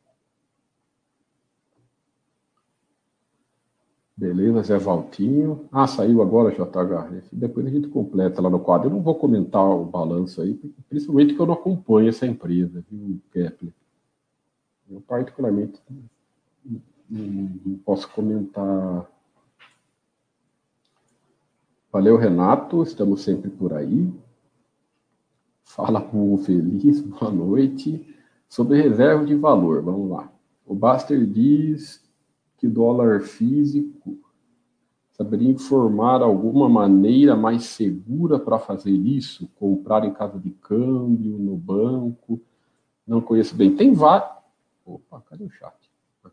Beleza, Zé Valtinho. Ah, saiu agora, J H. Depois a gente completa lá no quadro. Eu não vou comentar o balanço aí, principalmente que eu não acompanho essa empresa, viu, Kepler? Eu, particularmente, não, não posso comentar. Valeu, Renato. Estamos sempre por aí. Fala, povo feliz. Boa noite. Sobre reserva de valor, vamos lá. O Baster diz que dólar físico saberia informar alguma maneira mais segura para fazer isso? Comprar em casa de câmbio, no banco? Não conheço bem. Tem vários. Opa, cadê o chat?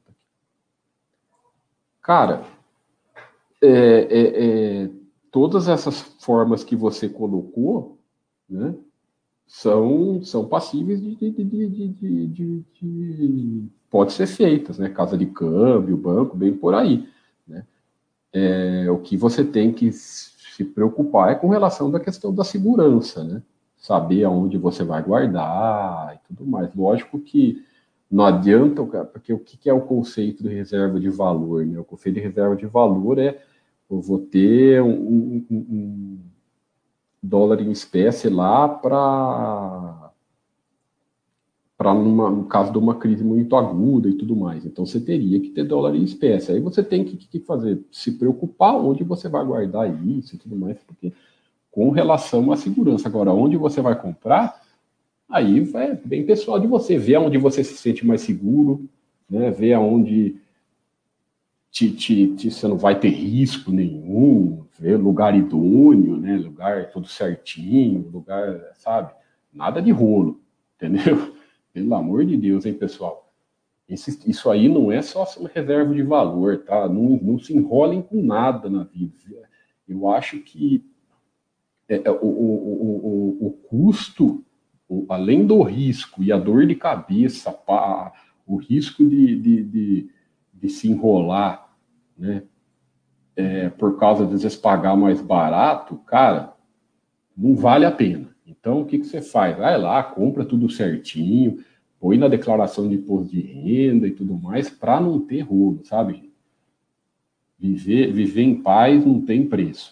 Cara, é, é, é, todas essas formas que você colocou, né, são, são passíveis de, de, de, de, de, de, de pode ser feitas, né? Casa de câmbio, banco, bem por aí, né? É, o que você tem que se preocupar é com relação da questão da segurança, né? Saber aonde você vai guardar e tudo mais. Lógico que não adianta, porque o que é o conceito de reserva de valor, né? O conceito de reserva de valor é eu vou ter um, um, um dólar em espécie lá para para no caso de uma crise muito aguda e tudo mais. Então você teria que ter dólar em espécie. Aí você tem que, que fazer, se preocupar onde você vai guardar isso e tudo mais, porque com relação à segurança. Agora, onde você vai comprar, aí é bem pessoal de você, ver onde você se sente mais seguro, né? Ver aonde te, te, te, você não vai ter risco nenhum, ver lugar idôneo, né? Lugar tudo certinho, lugar, sabe? Nada de rolo, entendeu? Pelo amor de Deus, hein, pessoal? Esse, isso aí não é só uma reserva de valor, tá? Não, não se enrolem com nada na vida. Eu acho que é, o, o, o, o custo, o, além do risco e a dor de cabeça, pá, o risco de, de, de, de se enrolar, né? É, por causa de vezes pagar mais barato, cara, não vale a pena. Então, o que, que você faz? Vai lá, compra tudo certinho, põe na declaração de imposto de renda e tudo mais, para não ter rolo, sabe? Viver, viver em paz não tem preço.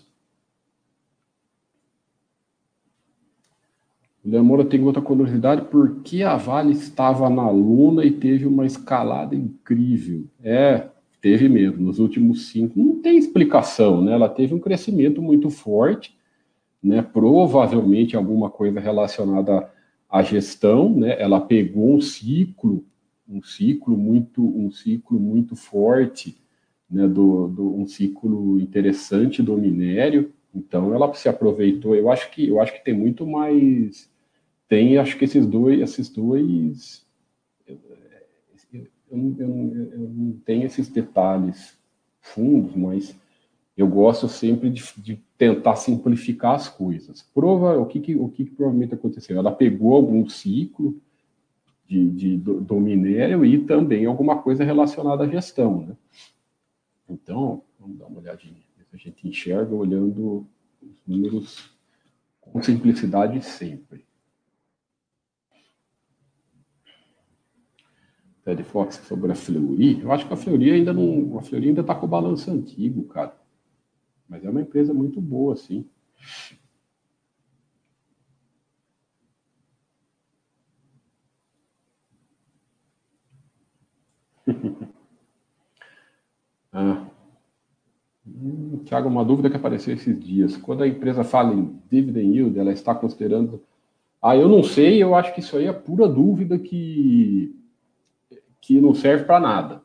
O Demora tem outra curiosidade, por que a Vale estava na luna e teve uma escalada incrível? É, teve mesmo, nos últimos cinco. Não tem explicação, né? Ela teve um crescimento muito forte, né? Provavelmente alguma coisa relacionada à gestão, né? Ela pegou um ciclo, um ciclo muito, um ciclo muito forte, né? Do, do um ciclo interessante do minério. Então ela se aproveitou. Eu acho que eu acho que tem muito mais, tem acho que esses dois, esses dois, eu, eu, eu, eu não tenho esses detalhes fundos, mas eu gosto sempre de, de tentar simplificar as coisas. Prova, o que, que, o que, que provavelmente aconteceu? Ela pegou algum ciclo de, de, do, do minério e também alguma coisa relacionada à gestão, né? Então, vamos dar uma olhadinha. A gente enxerga olhando os números com simplicidade sempre. Ted Fox sobre a Fleury. Eu acho que a Fleury ainda não. A Fleury ainda está com o balanço antigo, cara. Mas é uma empresa muito boa, sim. ah. Hum, Tiago, uma dúvida que apareceu esses dias. Quando a empresa fala em dividend yield, ela está considerando. Ah, eu não sei, eu acho que isso aí é pura dúvida que, que não serve para nada.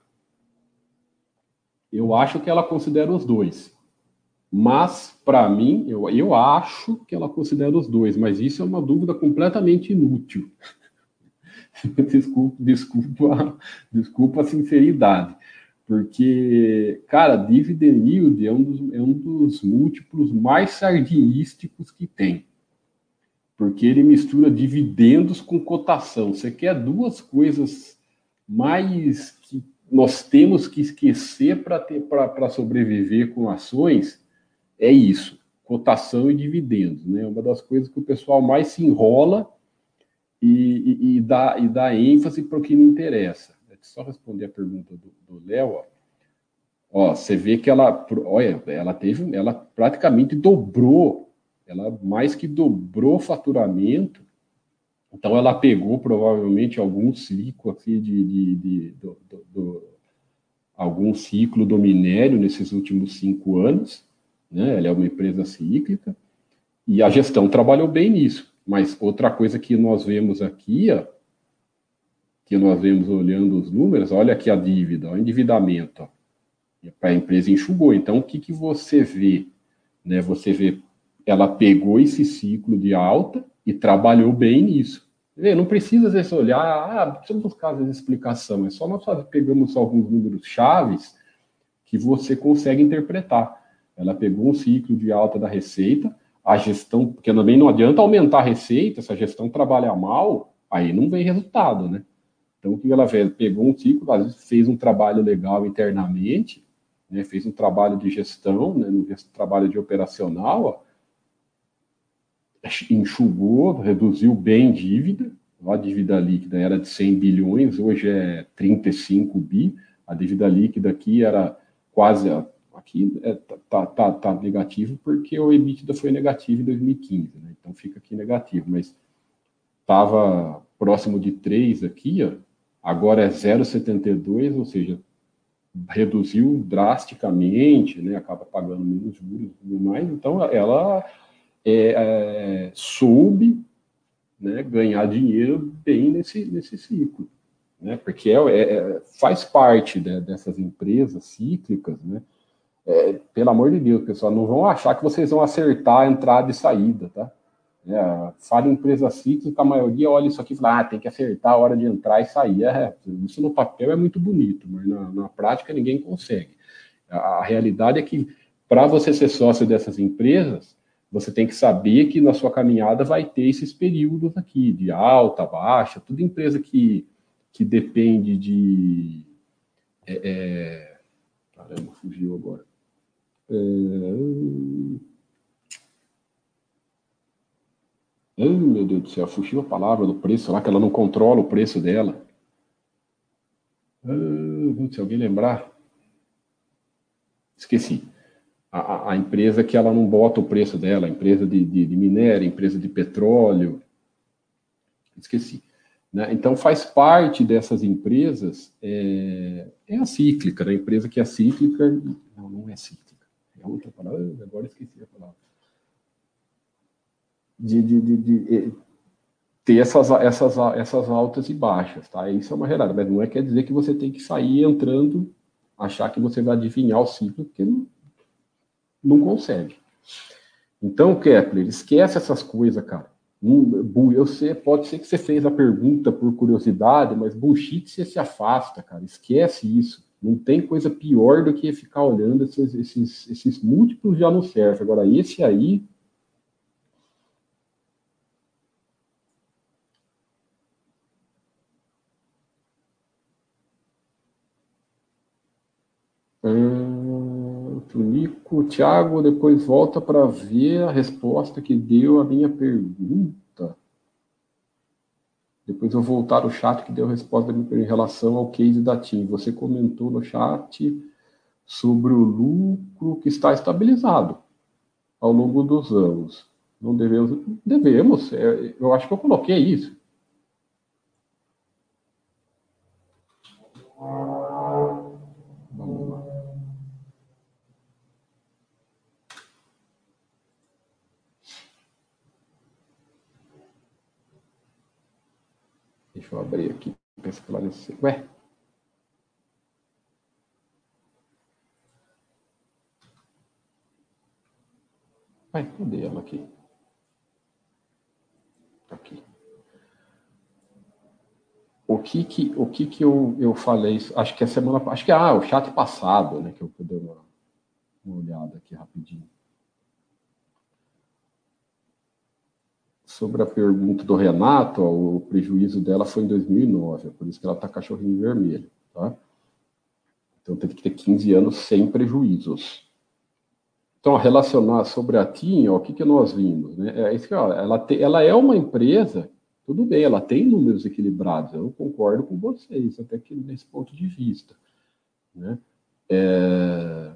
Eu acho que ela considera os dois. Mas, para mim, eu, eu acho que ela considera os dois, mas isso é uma dúvida completamente inútil. desculpa, desculpa, desculpa a sinceridade. Porque, cara, dividend yield é um dos, é um dos múltiplos mais sardinísticos que tem. Porque ele mistura dividendos com cotação. Você quer duas coisas mais que nós temos que esquecer para sobreviver com ações? É isso. cotação e dividendos, né? Uma das coisas que o pessoal mais se enrola e, e, e, dá, e dá ênfase para o que não interessa. Deixa eu só responder a pergunta do Léo, ó. Ó, você vê que ela, olha, ela teve, ela praticamente dobrou, ela mais que dobrou o faturamento. Então ela pegou provavelmente algum ciclo aqui de, de, de do, do, do, algum ciclo do minério nesses últimos cinco anos, né? Ela é uma empresa cíclica e a gestão trabalhou bem nisso. Mas outra coisa que nós vemos aqui, ó, que nós vemos olhando os números, olha aqui a dívida, o endividamento, ó. A empresa enxugou. Então, o que, que você vê? Né? Você vê, ela pegou esse ciclo de alta e trabalhou bem nisso. Vê, não precisa, às vezes, olhar, ah, precisamos buscar, às vezes, explicação. É só nós pegamos alguns números chaves que você consegue interpretar. Ela pegou um ciclo de alta da receita, a gestão, porque também não adianta aumentar a receita, se a gestão trabalhar mal, aí não vem resultado, né? Então, o que ela fez? Pegou um ciclo, às vezes fez um trabalho legal internamente, né, fez um trabalho de gestão, né, um trabalho de operacional, ó, enxugou, reduziu bem dívida, a dívida líquida era de cem bilhões, hoje é trinta e cinco bi, a dívida líquida aqui era quase, aqui é, tá, tá, tá negativo porque o EBITDA foi negativo em dois mil e quinze, né, então fica aqui negativo, mas estava próximo de três aqui, ó, agora é zero vírgula setenta e dois, ou seja, reduziu drasticamente, né, acaba pagando menos juros e tudo mais, então ela é, é, soube, né, ganhar dinheiro bem nesse, nesse ciclo, né, porque é, é, faz parte, né, dessas empresas cíclicas, né, é, pelo amor de Deus, pessoal, não vão achar que vocês vão acertar a entrada e saída, tá? É, fala em empresa cíclica, a maioria olha isso aqui e fala, ah, tem que acertar a hora de entrar e sair. É, isso no papel é muito bonito, mas na, na prática ninguém consegue. A, a realidade é que, para você ser sócio dessas empresas, você tem que saber que na sua caminhada vai ter esses períodos aqui, de alta, baixa, tudo empresa que, que depende de... É, é, caramba, fugiu agora. É, Ai, meu Deus do céu, fugiu a palavra do preço lá, que ela não controla o preço dela. Ah, se alguém lembrar. Esqueci. A, a, empresa que ela não bota o preço dela, a empresa de, de, de minério, empresa de petróleo. Esqueci. Né? Então, faz parte dessas empresas, é, é a cíclica, né? A empresa que é cíclica. Não, não é cíclica. É outra palavra. Agora esqueci a palavra. De, de, de, de ter essas, essas, essas altas e baixas, tá? Isso é uma realidade, mas não é quer dizer que você tem que sair entrando, achar que você vai adivinhar o ciclo, porque não, não consegue. Então, Kepler, esquece essas coisas, cara. Eu sei, pode ser que você fez a pergunta por curiosidade, mas bullshit você se afasta, cara. Esquece isso. Não tem coisa pior do que ficar olhando esses, esses, esses múltiplos já não serve. Agora, esse aí, Hum, Nico, Thiago, depois volta para ver a resposta que deu a minha pergunta. Depois eu voltar no chat que deu a resposta em relação ao case da TIM. Você comentou no chat sobre o lucro que está estabilizado ao longo dos anos. Não devemos. Devemos. É, eu acho que eu coloquei isso. Vamos lá. Deixa eu abrir aqui para esclarecer. Ué? Ué, cadê ela aqui? Aqui. O que que, o que, que eu, eu falei? Acho que a semana. Acho que ah, o chat passado, né? Que eu dei uma, uma olhada aqui rapidinho. Sobre a pergunta do Renato, ó, o prejuízo dela foi em dois mil e nove, é por isso que ela está cachorrinho vermelho, tá? Então tem que ter quinze anos sem prejuízos. Então, relacionar sobre a TIM, ó, o que, que nós vimos? Né? É, isso que, ó, ela, te, ela é uma empresa, tudo bem, ela tem números equilibrados, eu concordo com vocês, até que nesse ponto de vista. Né? É,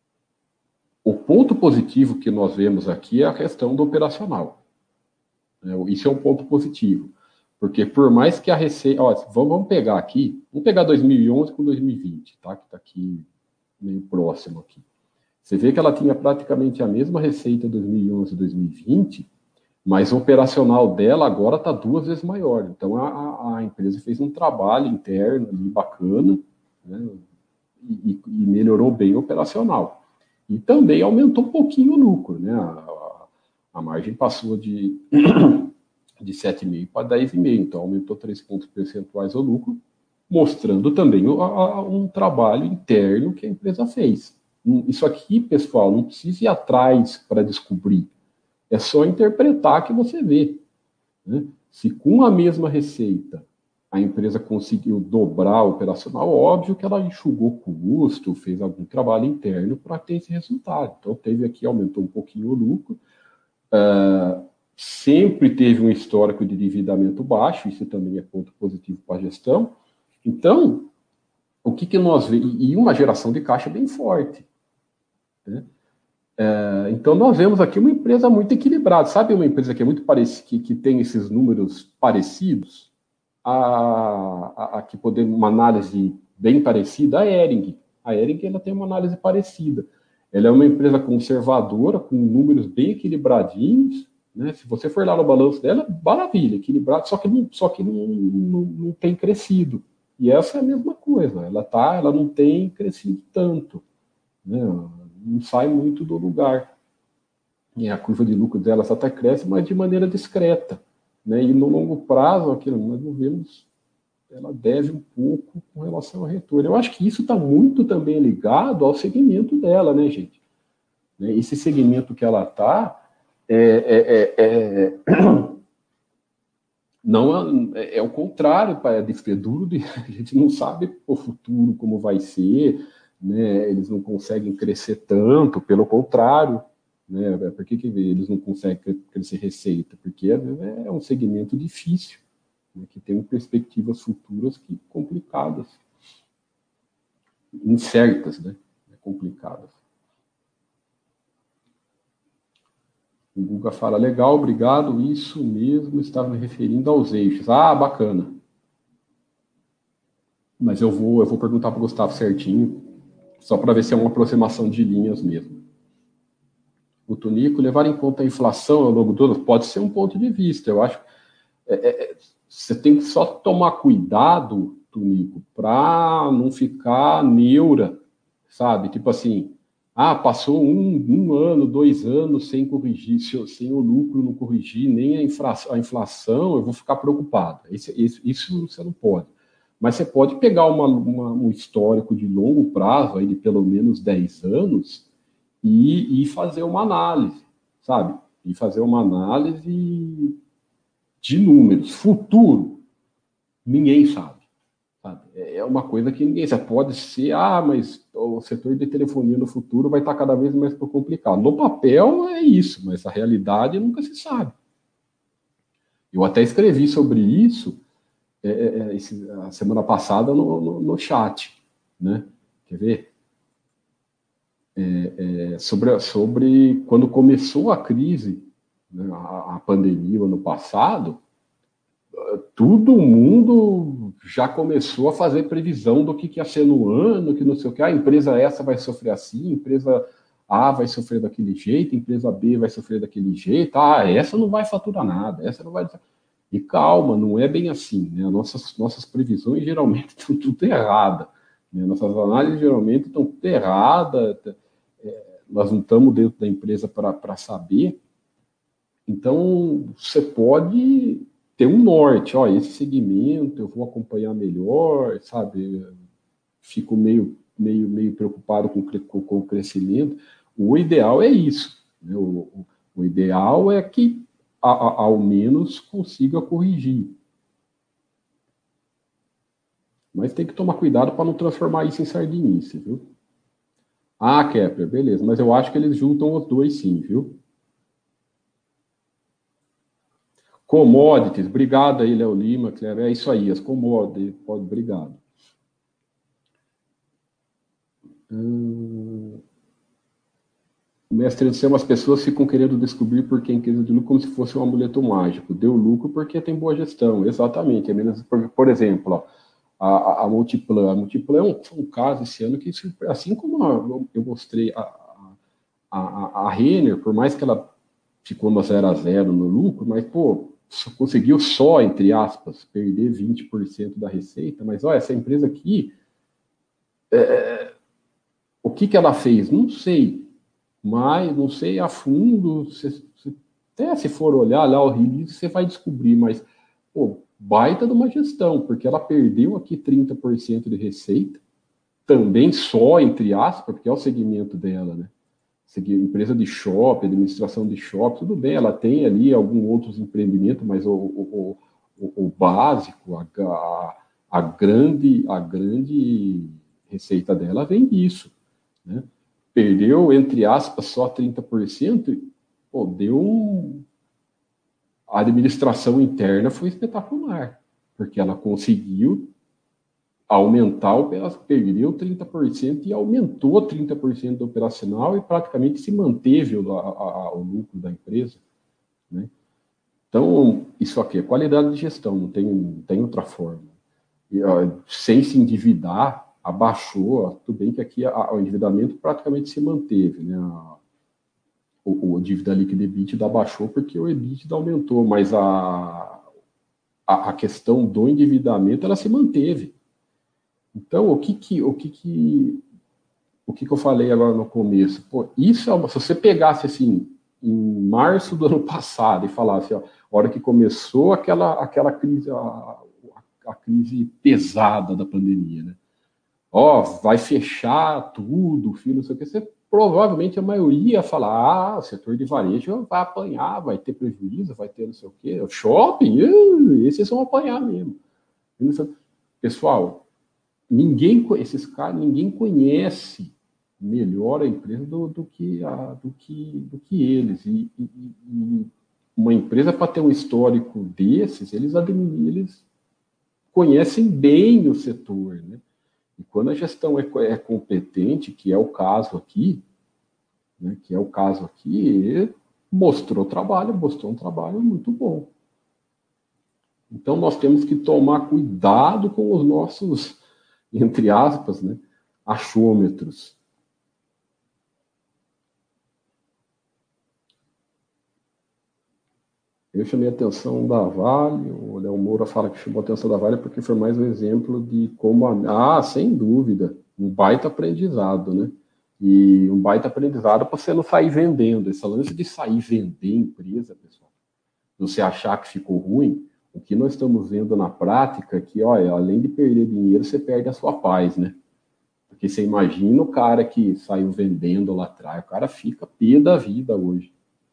o ponto positivo que nós vemos aqui é a questão do operacional. Né? Isso é um ponto positivo. Porque por mais que a receita... Ó, vamos, vamos pegar aqui, vamos pegar dois mil e onze com dois mil e vinte, tá? Que está aqui meio próximo aqui. Você vê que ela tinha praticamente a mesma receita dois mil e onze e dois mil e vinte, mas o operacional dela agora está duas vezes maior. Então, a, a empresa fez um trabalho interno ali bacana, né, e, e melhorou bem o operacional. E também aumentou um pouquinho o lucro. Né? A, a, a margem passou de, de sete vírgula cinco para dez vírgula cinco, então aumentou três pontos percentuais o lucro, mostrando também a, a, um trabalho interno que a empresa fez. Isso aqui, pessoal, não precisa ir atrás para descobrir. É só interpretar que você vê. Né? Se com a mesma receita a empresa conseguiu dobrar o operacional, óbvio que ela enxugou custo, fez algum trabalho interno para ter esse resultado. Então, teve aqui, aumentou um pouquinho o lucro. Uh, sempre teve um histórico de endividamento baixo, isso também é ponto positivo para a gestão. Então, o que, que nós vemos? E uma geração de caixa bem forte. Né? É, então, nós vemos aqui uma empresa muito equilibrada. Sabe uma empresa que é muito parecida, que, que tem esses números parecidos? A, a, a que podemos, uma análise bem parecida, a Hering. A Hering ela tem uma análise parecida. Ela é uma empresa conservadora, com números bem equilibradinhos. Né? Se você for lá no balanço dela, maravilha, equilibrado, só que não, só que não, não, não tem crescido. E essa é a mesma coisa. Ela, tá, ela não tem crescido tanto. Né? Não sai muito do lugar. E a curva de lucro dela só até cresce, mas de maneira discreta. Né? E no longo prazo, aquilo, nós não vemos, ela deve um pouco com relação ao retorno. Eu acho que isso está muito também ligado ao segmento dela, né, gente? Né? Esse segmento que ela está é, é, é, é, não é, é o contrário, é, é duro, de, a gente não sabe o futuro como vai ser, né? Eles não conseguem crescer tanto, pelo contrário. Né? Por que, que eles não conseguem crescer receita? Porque é um segmento difícil, né? Que tem perspectivas futuras que complicadas, incertas, né? Complicadas. O Guga fala, legal, obrigado, isso mesmo, estava me referindo aos eixos. Ah, bacana. Mas eu vou, eu vou perguntar para o Gustavo certinho, só para ver se é uma aproximação de linhas mesmo. O Tonico, levar em conta a inflação ao longo do ano, pode ser um ponto de vista. Eu acho que é, é, você tem que só tomar cuidado, Tonico, para não ficar neura, sabe? Tipo assim, ah, passou um, um ano, dois anos sem corrigir, sem o lucro não corrigir, nem a inflação, a inflação eu vou ficar preocupado. Isso, isso, isso você não pode. Mas você pode pegar uma, uma, um histórico de longo prazo, aí de pelo menos dez anos, e, e fazer uma análise, sabe? E fazer uma análise de números. Futuro, ninguém sabe. Sabe? É uma coisa que ninguém sabe. Pode ser, ah, mas o setor de telefonia no futuro vai estar cada vez mais complicado. No papel é isso, mas a realidade nunca se sabe. Eu até escrevi sobre isso é, é, esse, a semana passada no, no, no chat. Né? Quer ver? É, é, sobre, sobre quando começou a crise, né, a, a pandemia, ano passado, todo mundo já começou a fazer previsão do que, que ia ser no ano, que não sei o que, a empresa essa vai sofrer assim, a empresa A vai sofrer daquele jeito, a empresa B vai sofrer daquele jeito, ah, essa não vai faturar nada, essa não vai... E calma, não é bem assim, né? Nossas, nossas previsões geralmente estão tudo erradas, né? Nossas análises geralmente estão tudo erradas, é, nós não estamos dentro da empresa para saber. Então, você pode ter um norte, ó, esse segmento eu vou acompanhar melhor, sabe? Fico meio, meio, meio preocupado com, com, com o crescimento. O ideal é isso, né? o, o ideal é que a, a, ao menos consiga corrigir. Mas tem que tomar cuidado para não transformar isso em sardinice, viu? Ah, Kepler, beleza. Mas eu acho que eles juntam os dois sim, viu? Commodities, obrigado aí, Léo Lima, Cleber. É isso aí, as commodities, pode, obrigado. Hum... Mestre do céu, as pessoas ficam querendo descobrir por que a empresa de lucro como se fosse um amuleto mágico. Deu lucro porque tem boa gestão. Exatamente. É menos, por, por exemplo, ó, a, a Multiplan. A Multiplan é um, um caso esse ano que, assim como a, eu mostrei a, a, a Renner, por mais que ela ficou no zero a zero no lucro, mas, pô, conseguiu só, entre aspas, perder vinte por cento da receita. Mas, olha, essa empresa aqui, é, o que, que ela fez? Não sei. Mas não sei a fundo, se, se, até se for olhar lá o release, você vai descobrir, mas pô, baita de uma gestão, porque ela perdeu aqui trinta por cento de receita, também só, entre aspas, porque é o segmento dela, né? Empresa de shopping, administração de shopping, tudo bem, ela tem ali alguns outros empreendimentos, mas o, o, o, o básico, a, a, a, grande, a grande receita dela vem disso, né? Perdeu, entre aspas, só trinta por cento, pô, deu um... A administração interna foi espetacular, porque ela conseguiu aumentar, ela perdeu trinta por cento e aumentou trinta por cento do operacional e praticamente se manteve o, a, a, o lucro da empresa, né? Então, isso aqui é qualidade de gestão, não tem, não tem outra forma. E, ó, sem se endividar, abaixou, ó, tudo bem que aqui a, o endividamento praticamente se manteve, né? A, o, o dívida líquida EBITDA abaixou porque o EBITDA aumentou, mas a, a, a questão do endividamento ela se manteve. Então, o que que, o que, que, o que, que eu falei agora no começo? Pô, isso é uma, se você pegasse assim, em março do ano passado e falasse, ó, a hora que começou aquela, aquela crise, a, a crise pesada da pandemia, né? Ó, vai fechar tudo, filho, não sei o que, você provavelmente a maioria ia falar, ah, o setor de varejo vai apanhar, vai ter prejuízo, vai ter não sei o quê, o shopping, uh, esses vão apanhar mesmo. Pessoal, ninguém, esses caras, ninguém conhece melhor a empresa do, do, que, a, do, que, do que eles. E, e, e uma empresa, para ter um histórico desses, eles, eles conhecem bem o setor, né? E quando a gestão é, é competente, que é o caso aqui, né, que é o caso aqui, mostrou trabalho, mostrou um trabalho muito bom. Então nós temos que tomar cuidado com os nossos, entre aspas, né, achômetros. Eu chamei a atenção da Vale, o Léo Moura fala que chamou a atenção da Vale porque foi mais um exemplo de como... A... Ah, sem dúvida, um baita aprendizado, né? E um baita aprendizado para você não sair vendendo. Esse lance de sair vender empresa, pessoal, você achar que ficou ruim, o que nós estamos vendo na prática é que, olha, além de perder dinheiro, você perde a sua paz, né? Porque você imagina o cara que saiu vendendo lá atrás, o cara fica pé da vida hoje.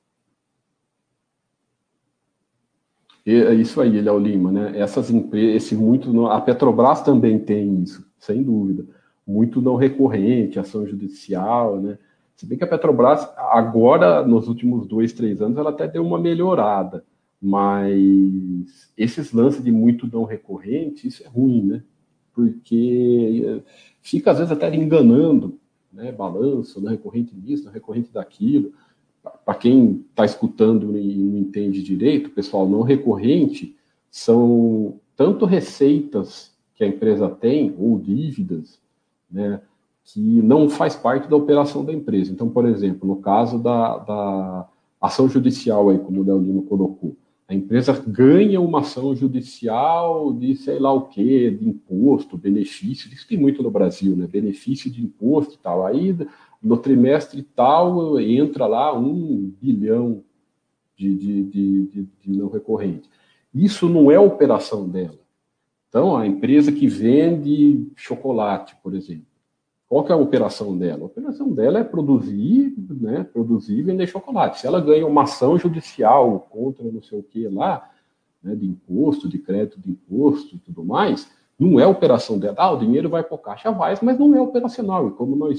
É isso aí, Léo Lima, né? Essas empresas, esse muito, a Petrobras também tem isso, sem dúvida. Muito não recorrente, ação judicial, né? Se bem que a Petrobras, agora, nos últimos dois, três anos, ela até deu uma melhorada, mas esses lances de muito não recorrente, isso é ruim, né? Porque fica, às vezes, até enganando, né? Balanço, não recorrente disso, não recorrente daquilo. Para quem está escutando e não entende direito, pessoal, não recorrente são tanto receitas que a empresa tem, ou dívidas, né, que não faz parte da operação da empresa. Então, por exemplo, no caso da, da ação judicial, aí, como o Léo Lima colocou, a empresa ganha uma ação judicial de sei lá o quê, de imposto, benefício, isso tem muito no Brasil, né? Benefício de imposto e tal. Aí, no trimestre tal, entra lá um bilhão de, de, de, de, de não recorrente. Isso não é a operação dela. Então, a empresa que vende chocolate, por exemplo, qual que é a operação dela? A operação dela é produzir, né, produzir e vender chocolate. Se ela ganha uma ação judicial contra não sei o que lá, né, de imposto, de crédito de imposto e tudo mais, não é a operação dela. Ah, o dinheiro vai para o caixa, vai, mas não é operacional. E como nós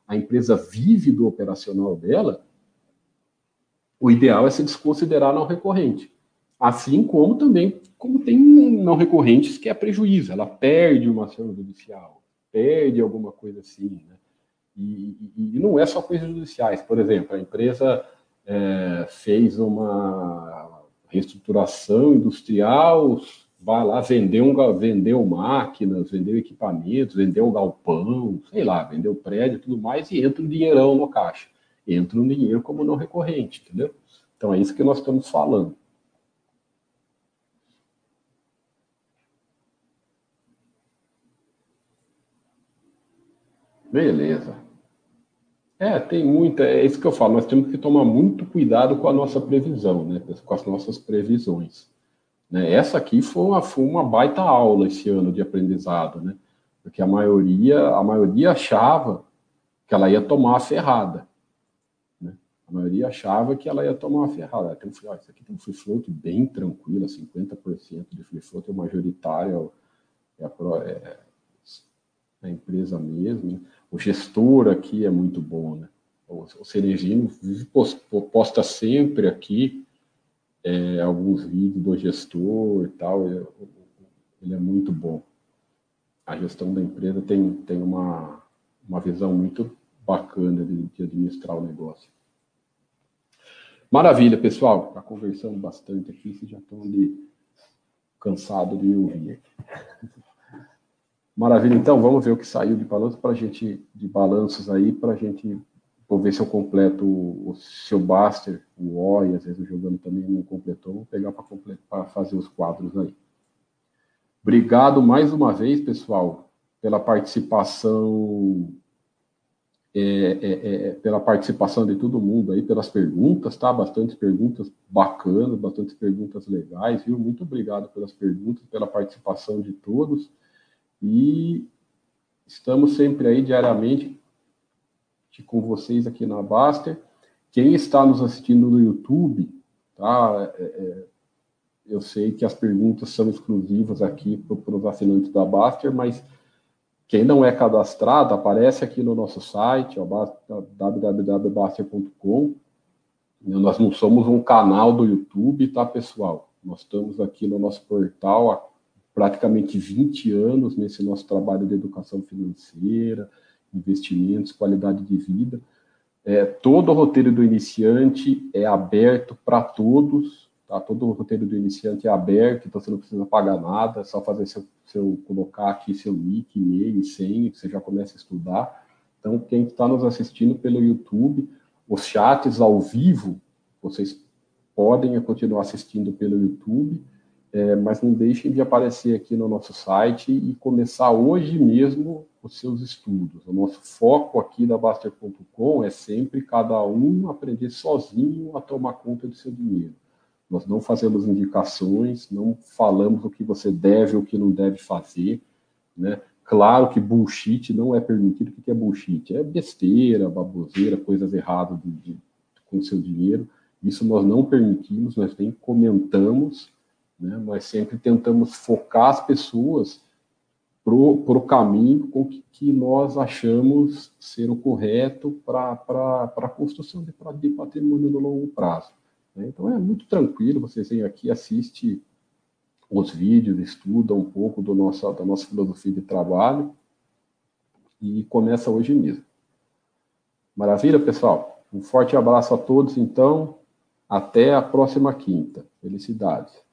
a empresa vive do operacional dela, o ideal é se desconsiderar não recorrente. Assim como também, como tem não recorrentes que é prejuízo, ela perde uma ação judicial, perde alguma coisa assim, né? E, e, e não é só coisas judiciais. Por exemplo, a empresa é, fez uma reestruturação industrial, vai lá, vendeu, um, vendeu máquinas, vendeu equipamentos, vendeu galpão, sei lá, vendeu prédio e tudo mais, e entra um dinheirão no caixa. Entra um dinheiro como não recorrente, entendeu? Então é isso que nós estamos falando. Beleza. É, tem muita, é isso que eu falo, nós temos que tomar muito cuidado com a nossa previsão, né? Com as nossas previsões. Né? Essa aqui foi uma, foi uma baita aula esse ano de aprendizado, né? Porque a maioria, a maioria achava que ela ia tomar a ferrada. Né? A maioria achava que ela ia tomar uma ferrada. Tem um, ó, isso aqui tem um free float bem tranquilo, cinquenta por cento de free float é majoritário, é a, é a empresa mesmo. Né? O gestor aqui é muito bom, né? O, o Cerejino posta sempre aqui é, alguns vídeos do gestor e tal, ele é muito bom. A gestão da empresa tem, tem uma, uma visão muito bacana de, de administrar o negócio. Maravilha, pessoal. Está conversando bastante aqui, vocês já estão ali cansados de me ouvir. Maravilha, então, vamos ver o que saiu de balanço para a gente, de balanços aí, para a gente, vou ver se eu completo o, o seu Baster, o O, e às vezes o jogando também não completou, vou pegar para fazer os quadros aí. Obrigado mais uma vez, pessoal, pela participação, é, é, é, pela participação de todo mundo aí, pelas perguntas, tá? Bastante perguntas bacanas, bastante perguntas legais, viu? Muito obrigado pelas perguntas, pela participação de todos. E estamos sempre aí diariamente com vocês aqui na Baster. Quem está nos assistindo no YouTube, tá? É, é, eu sei que as perguntas são exclusivas aqui para os assinantes da Baster, mas quem não é cadastrado, aparece aqui no nosso site, w w w ponto baster ponto com. Nós não somos um canal do YouTube, tá, pessoal? Nós estamos aqui no nosso portal há praticamente vinte anos nesse nosso trabalho de educação financeira, investimentos, qualidade de vida. É, todo o roteiro do iniciante é aberto para todos, tá? Todo o roteiro do iniciante é aberto, então você não precisa pagar nada, é só fazer seu, seu colocar aqui seu nick, e-mail, senha, que você já começa a estudar. Então, quem está nos assistindo pelo YouTube, os chats ao vivo, vocês podem continuar assistindo pelo YouTube, é, mas não deixem de aparecer aqui no nosso site e começar hoje mesmo os seus estudos. O nosso foco aqui da Baster ponto com é sempre cada um aprender sozinho a tomar conta do seu dinheiro. Nós não fazemos indicações, não falamos o que você deve ou o que não deve fazer, né? Claro que bullshit não é permitido. O que é bullshit? É besteira, baboseira, coisas erradas de, de, com o seu dinheiro. Isso nós não permitimos, nós nem comentamos, né? Nós sempre tentamos focar as pessoas para o caminho com que, que nós achamos ser o correto para a construção de, de patrimônio no longo prazo. Né? Então é muito tranquilo, vocês vêm aqui, assistem os vídeos, estudam um pouco do nosso, da nossa filosofia de trabalho e começa hoje mesmo. Maravilha, pessoal? Um forte abraço a todos, então. Até a próxima quinta. Felicidades.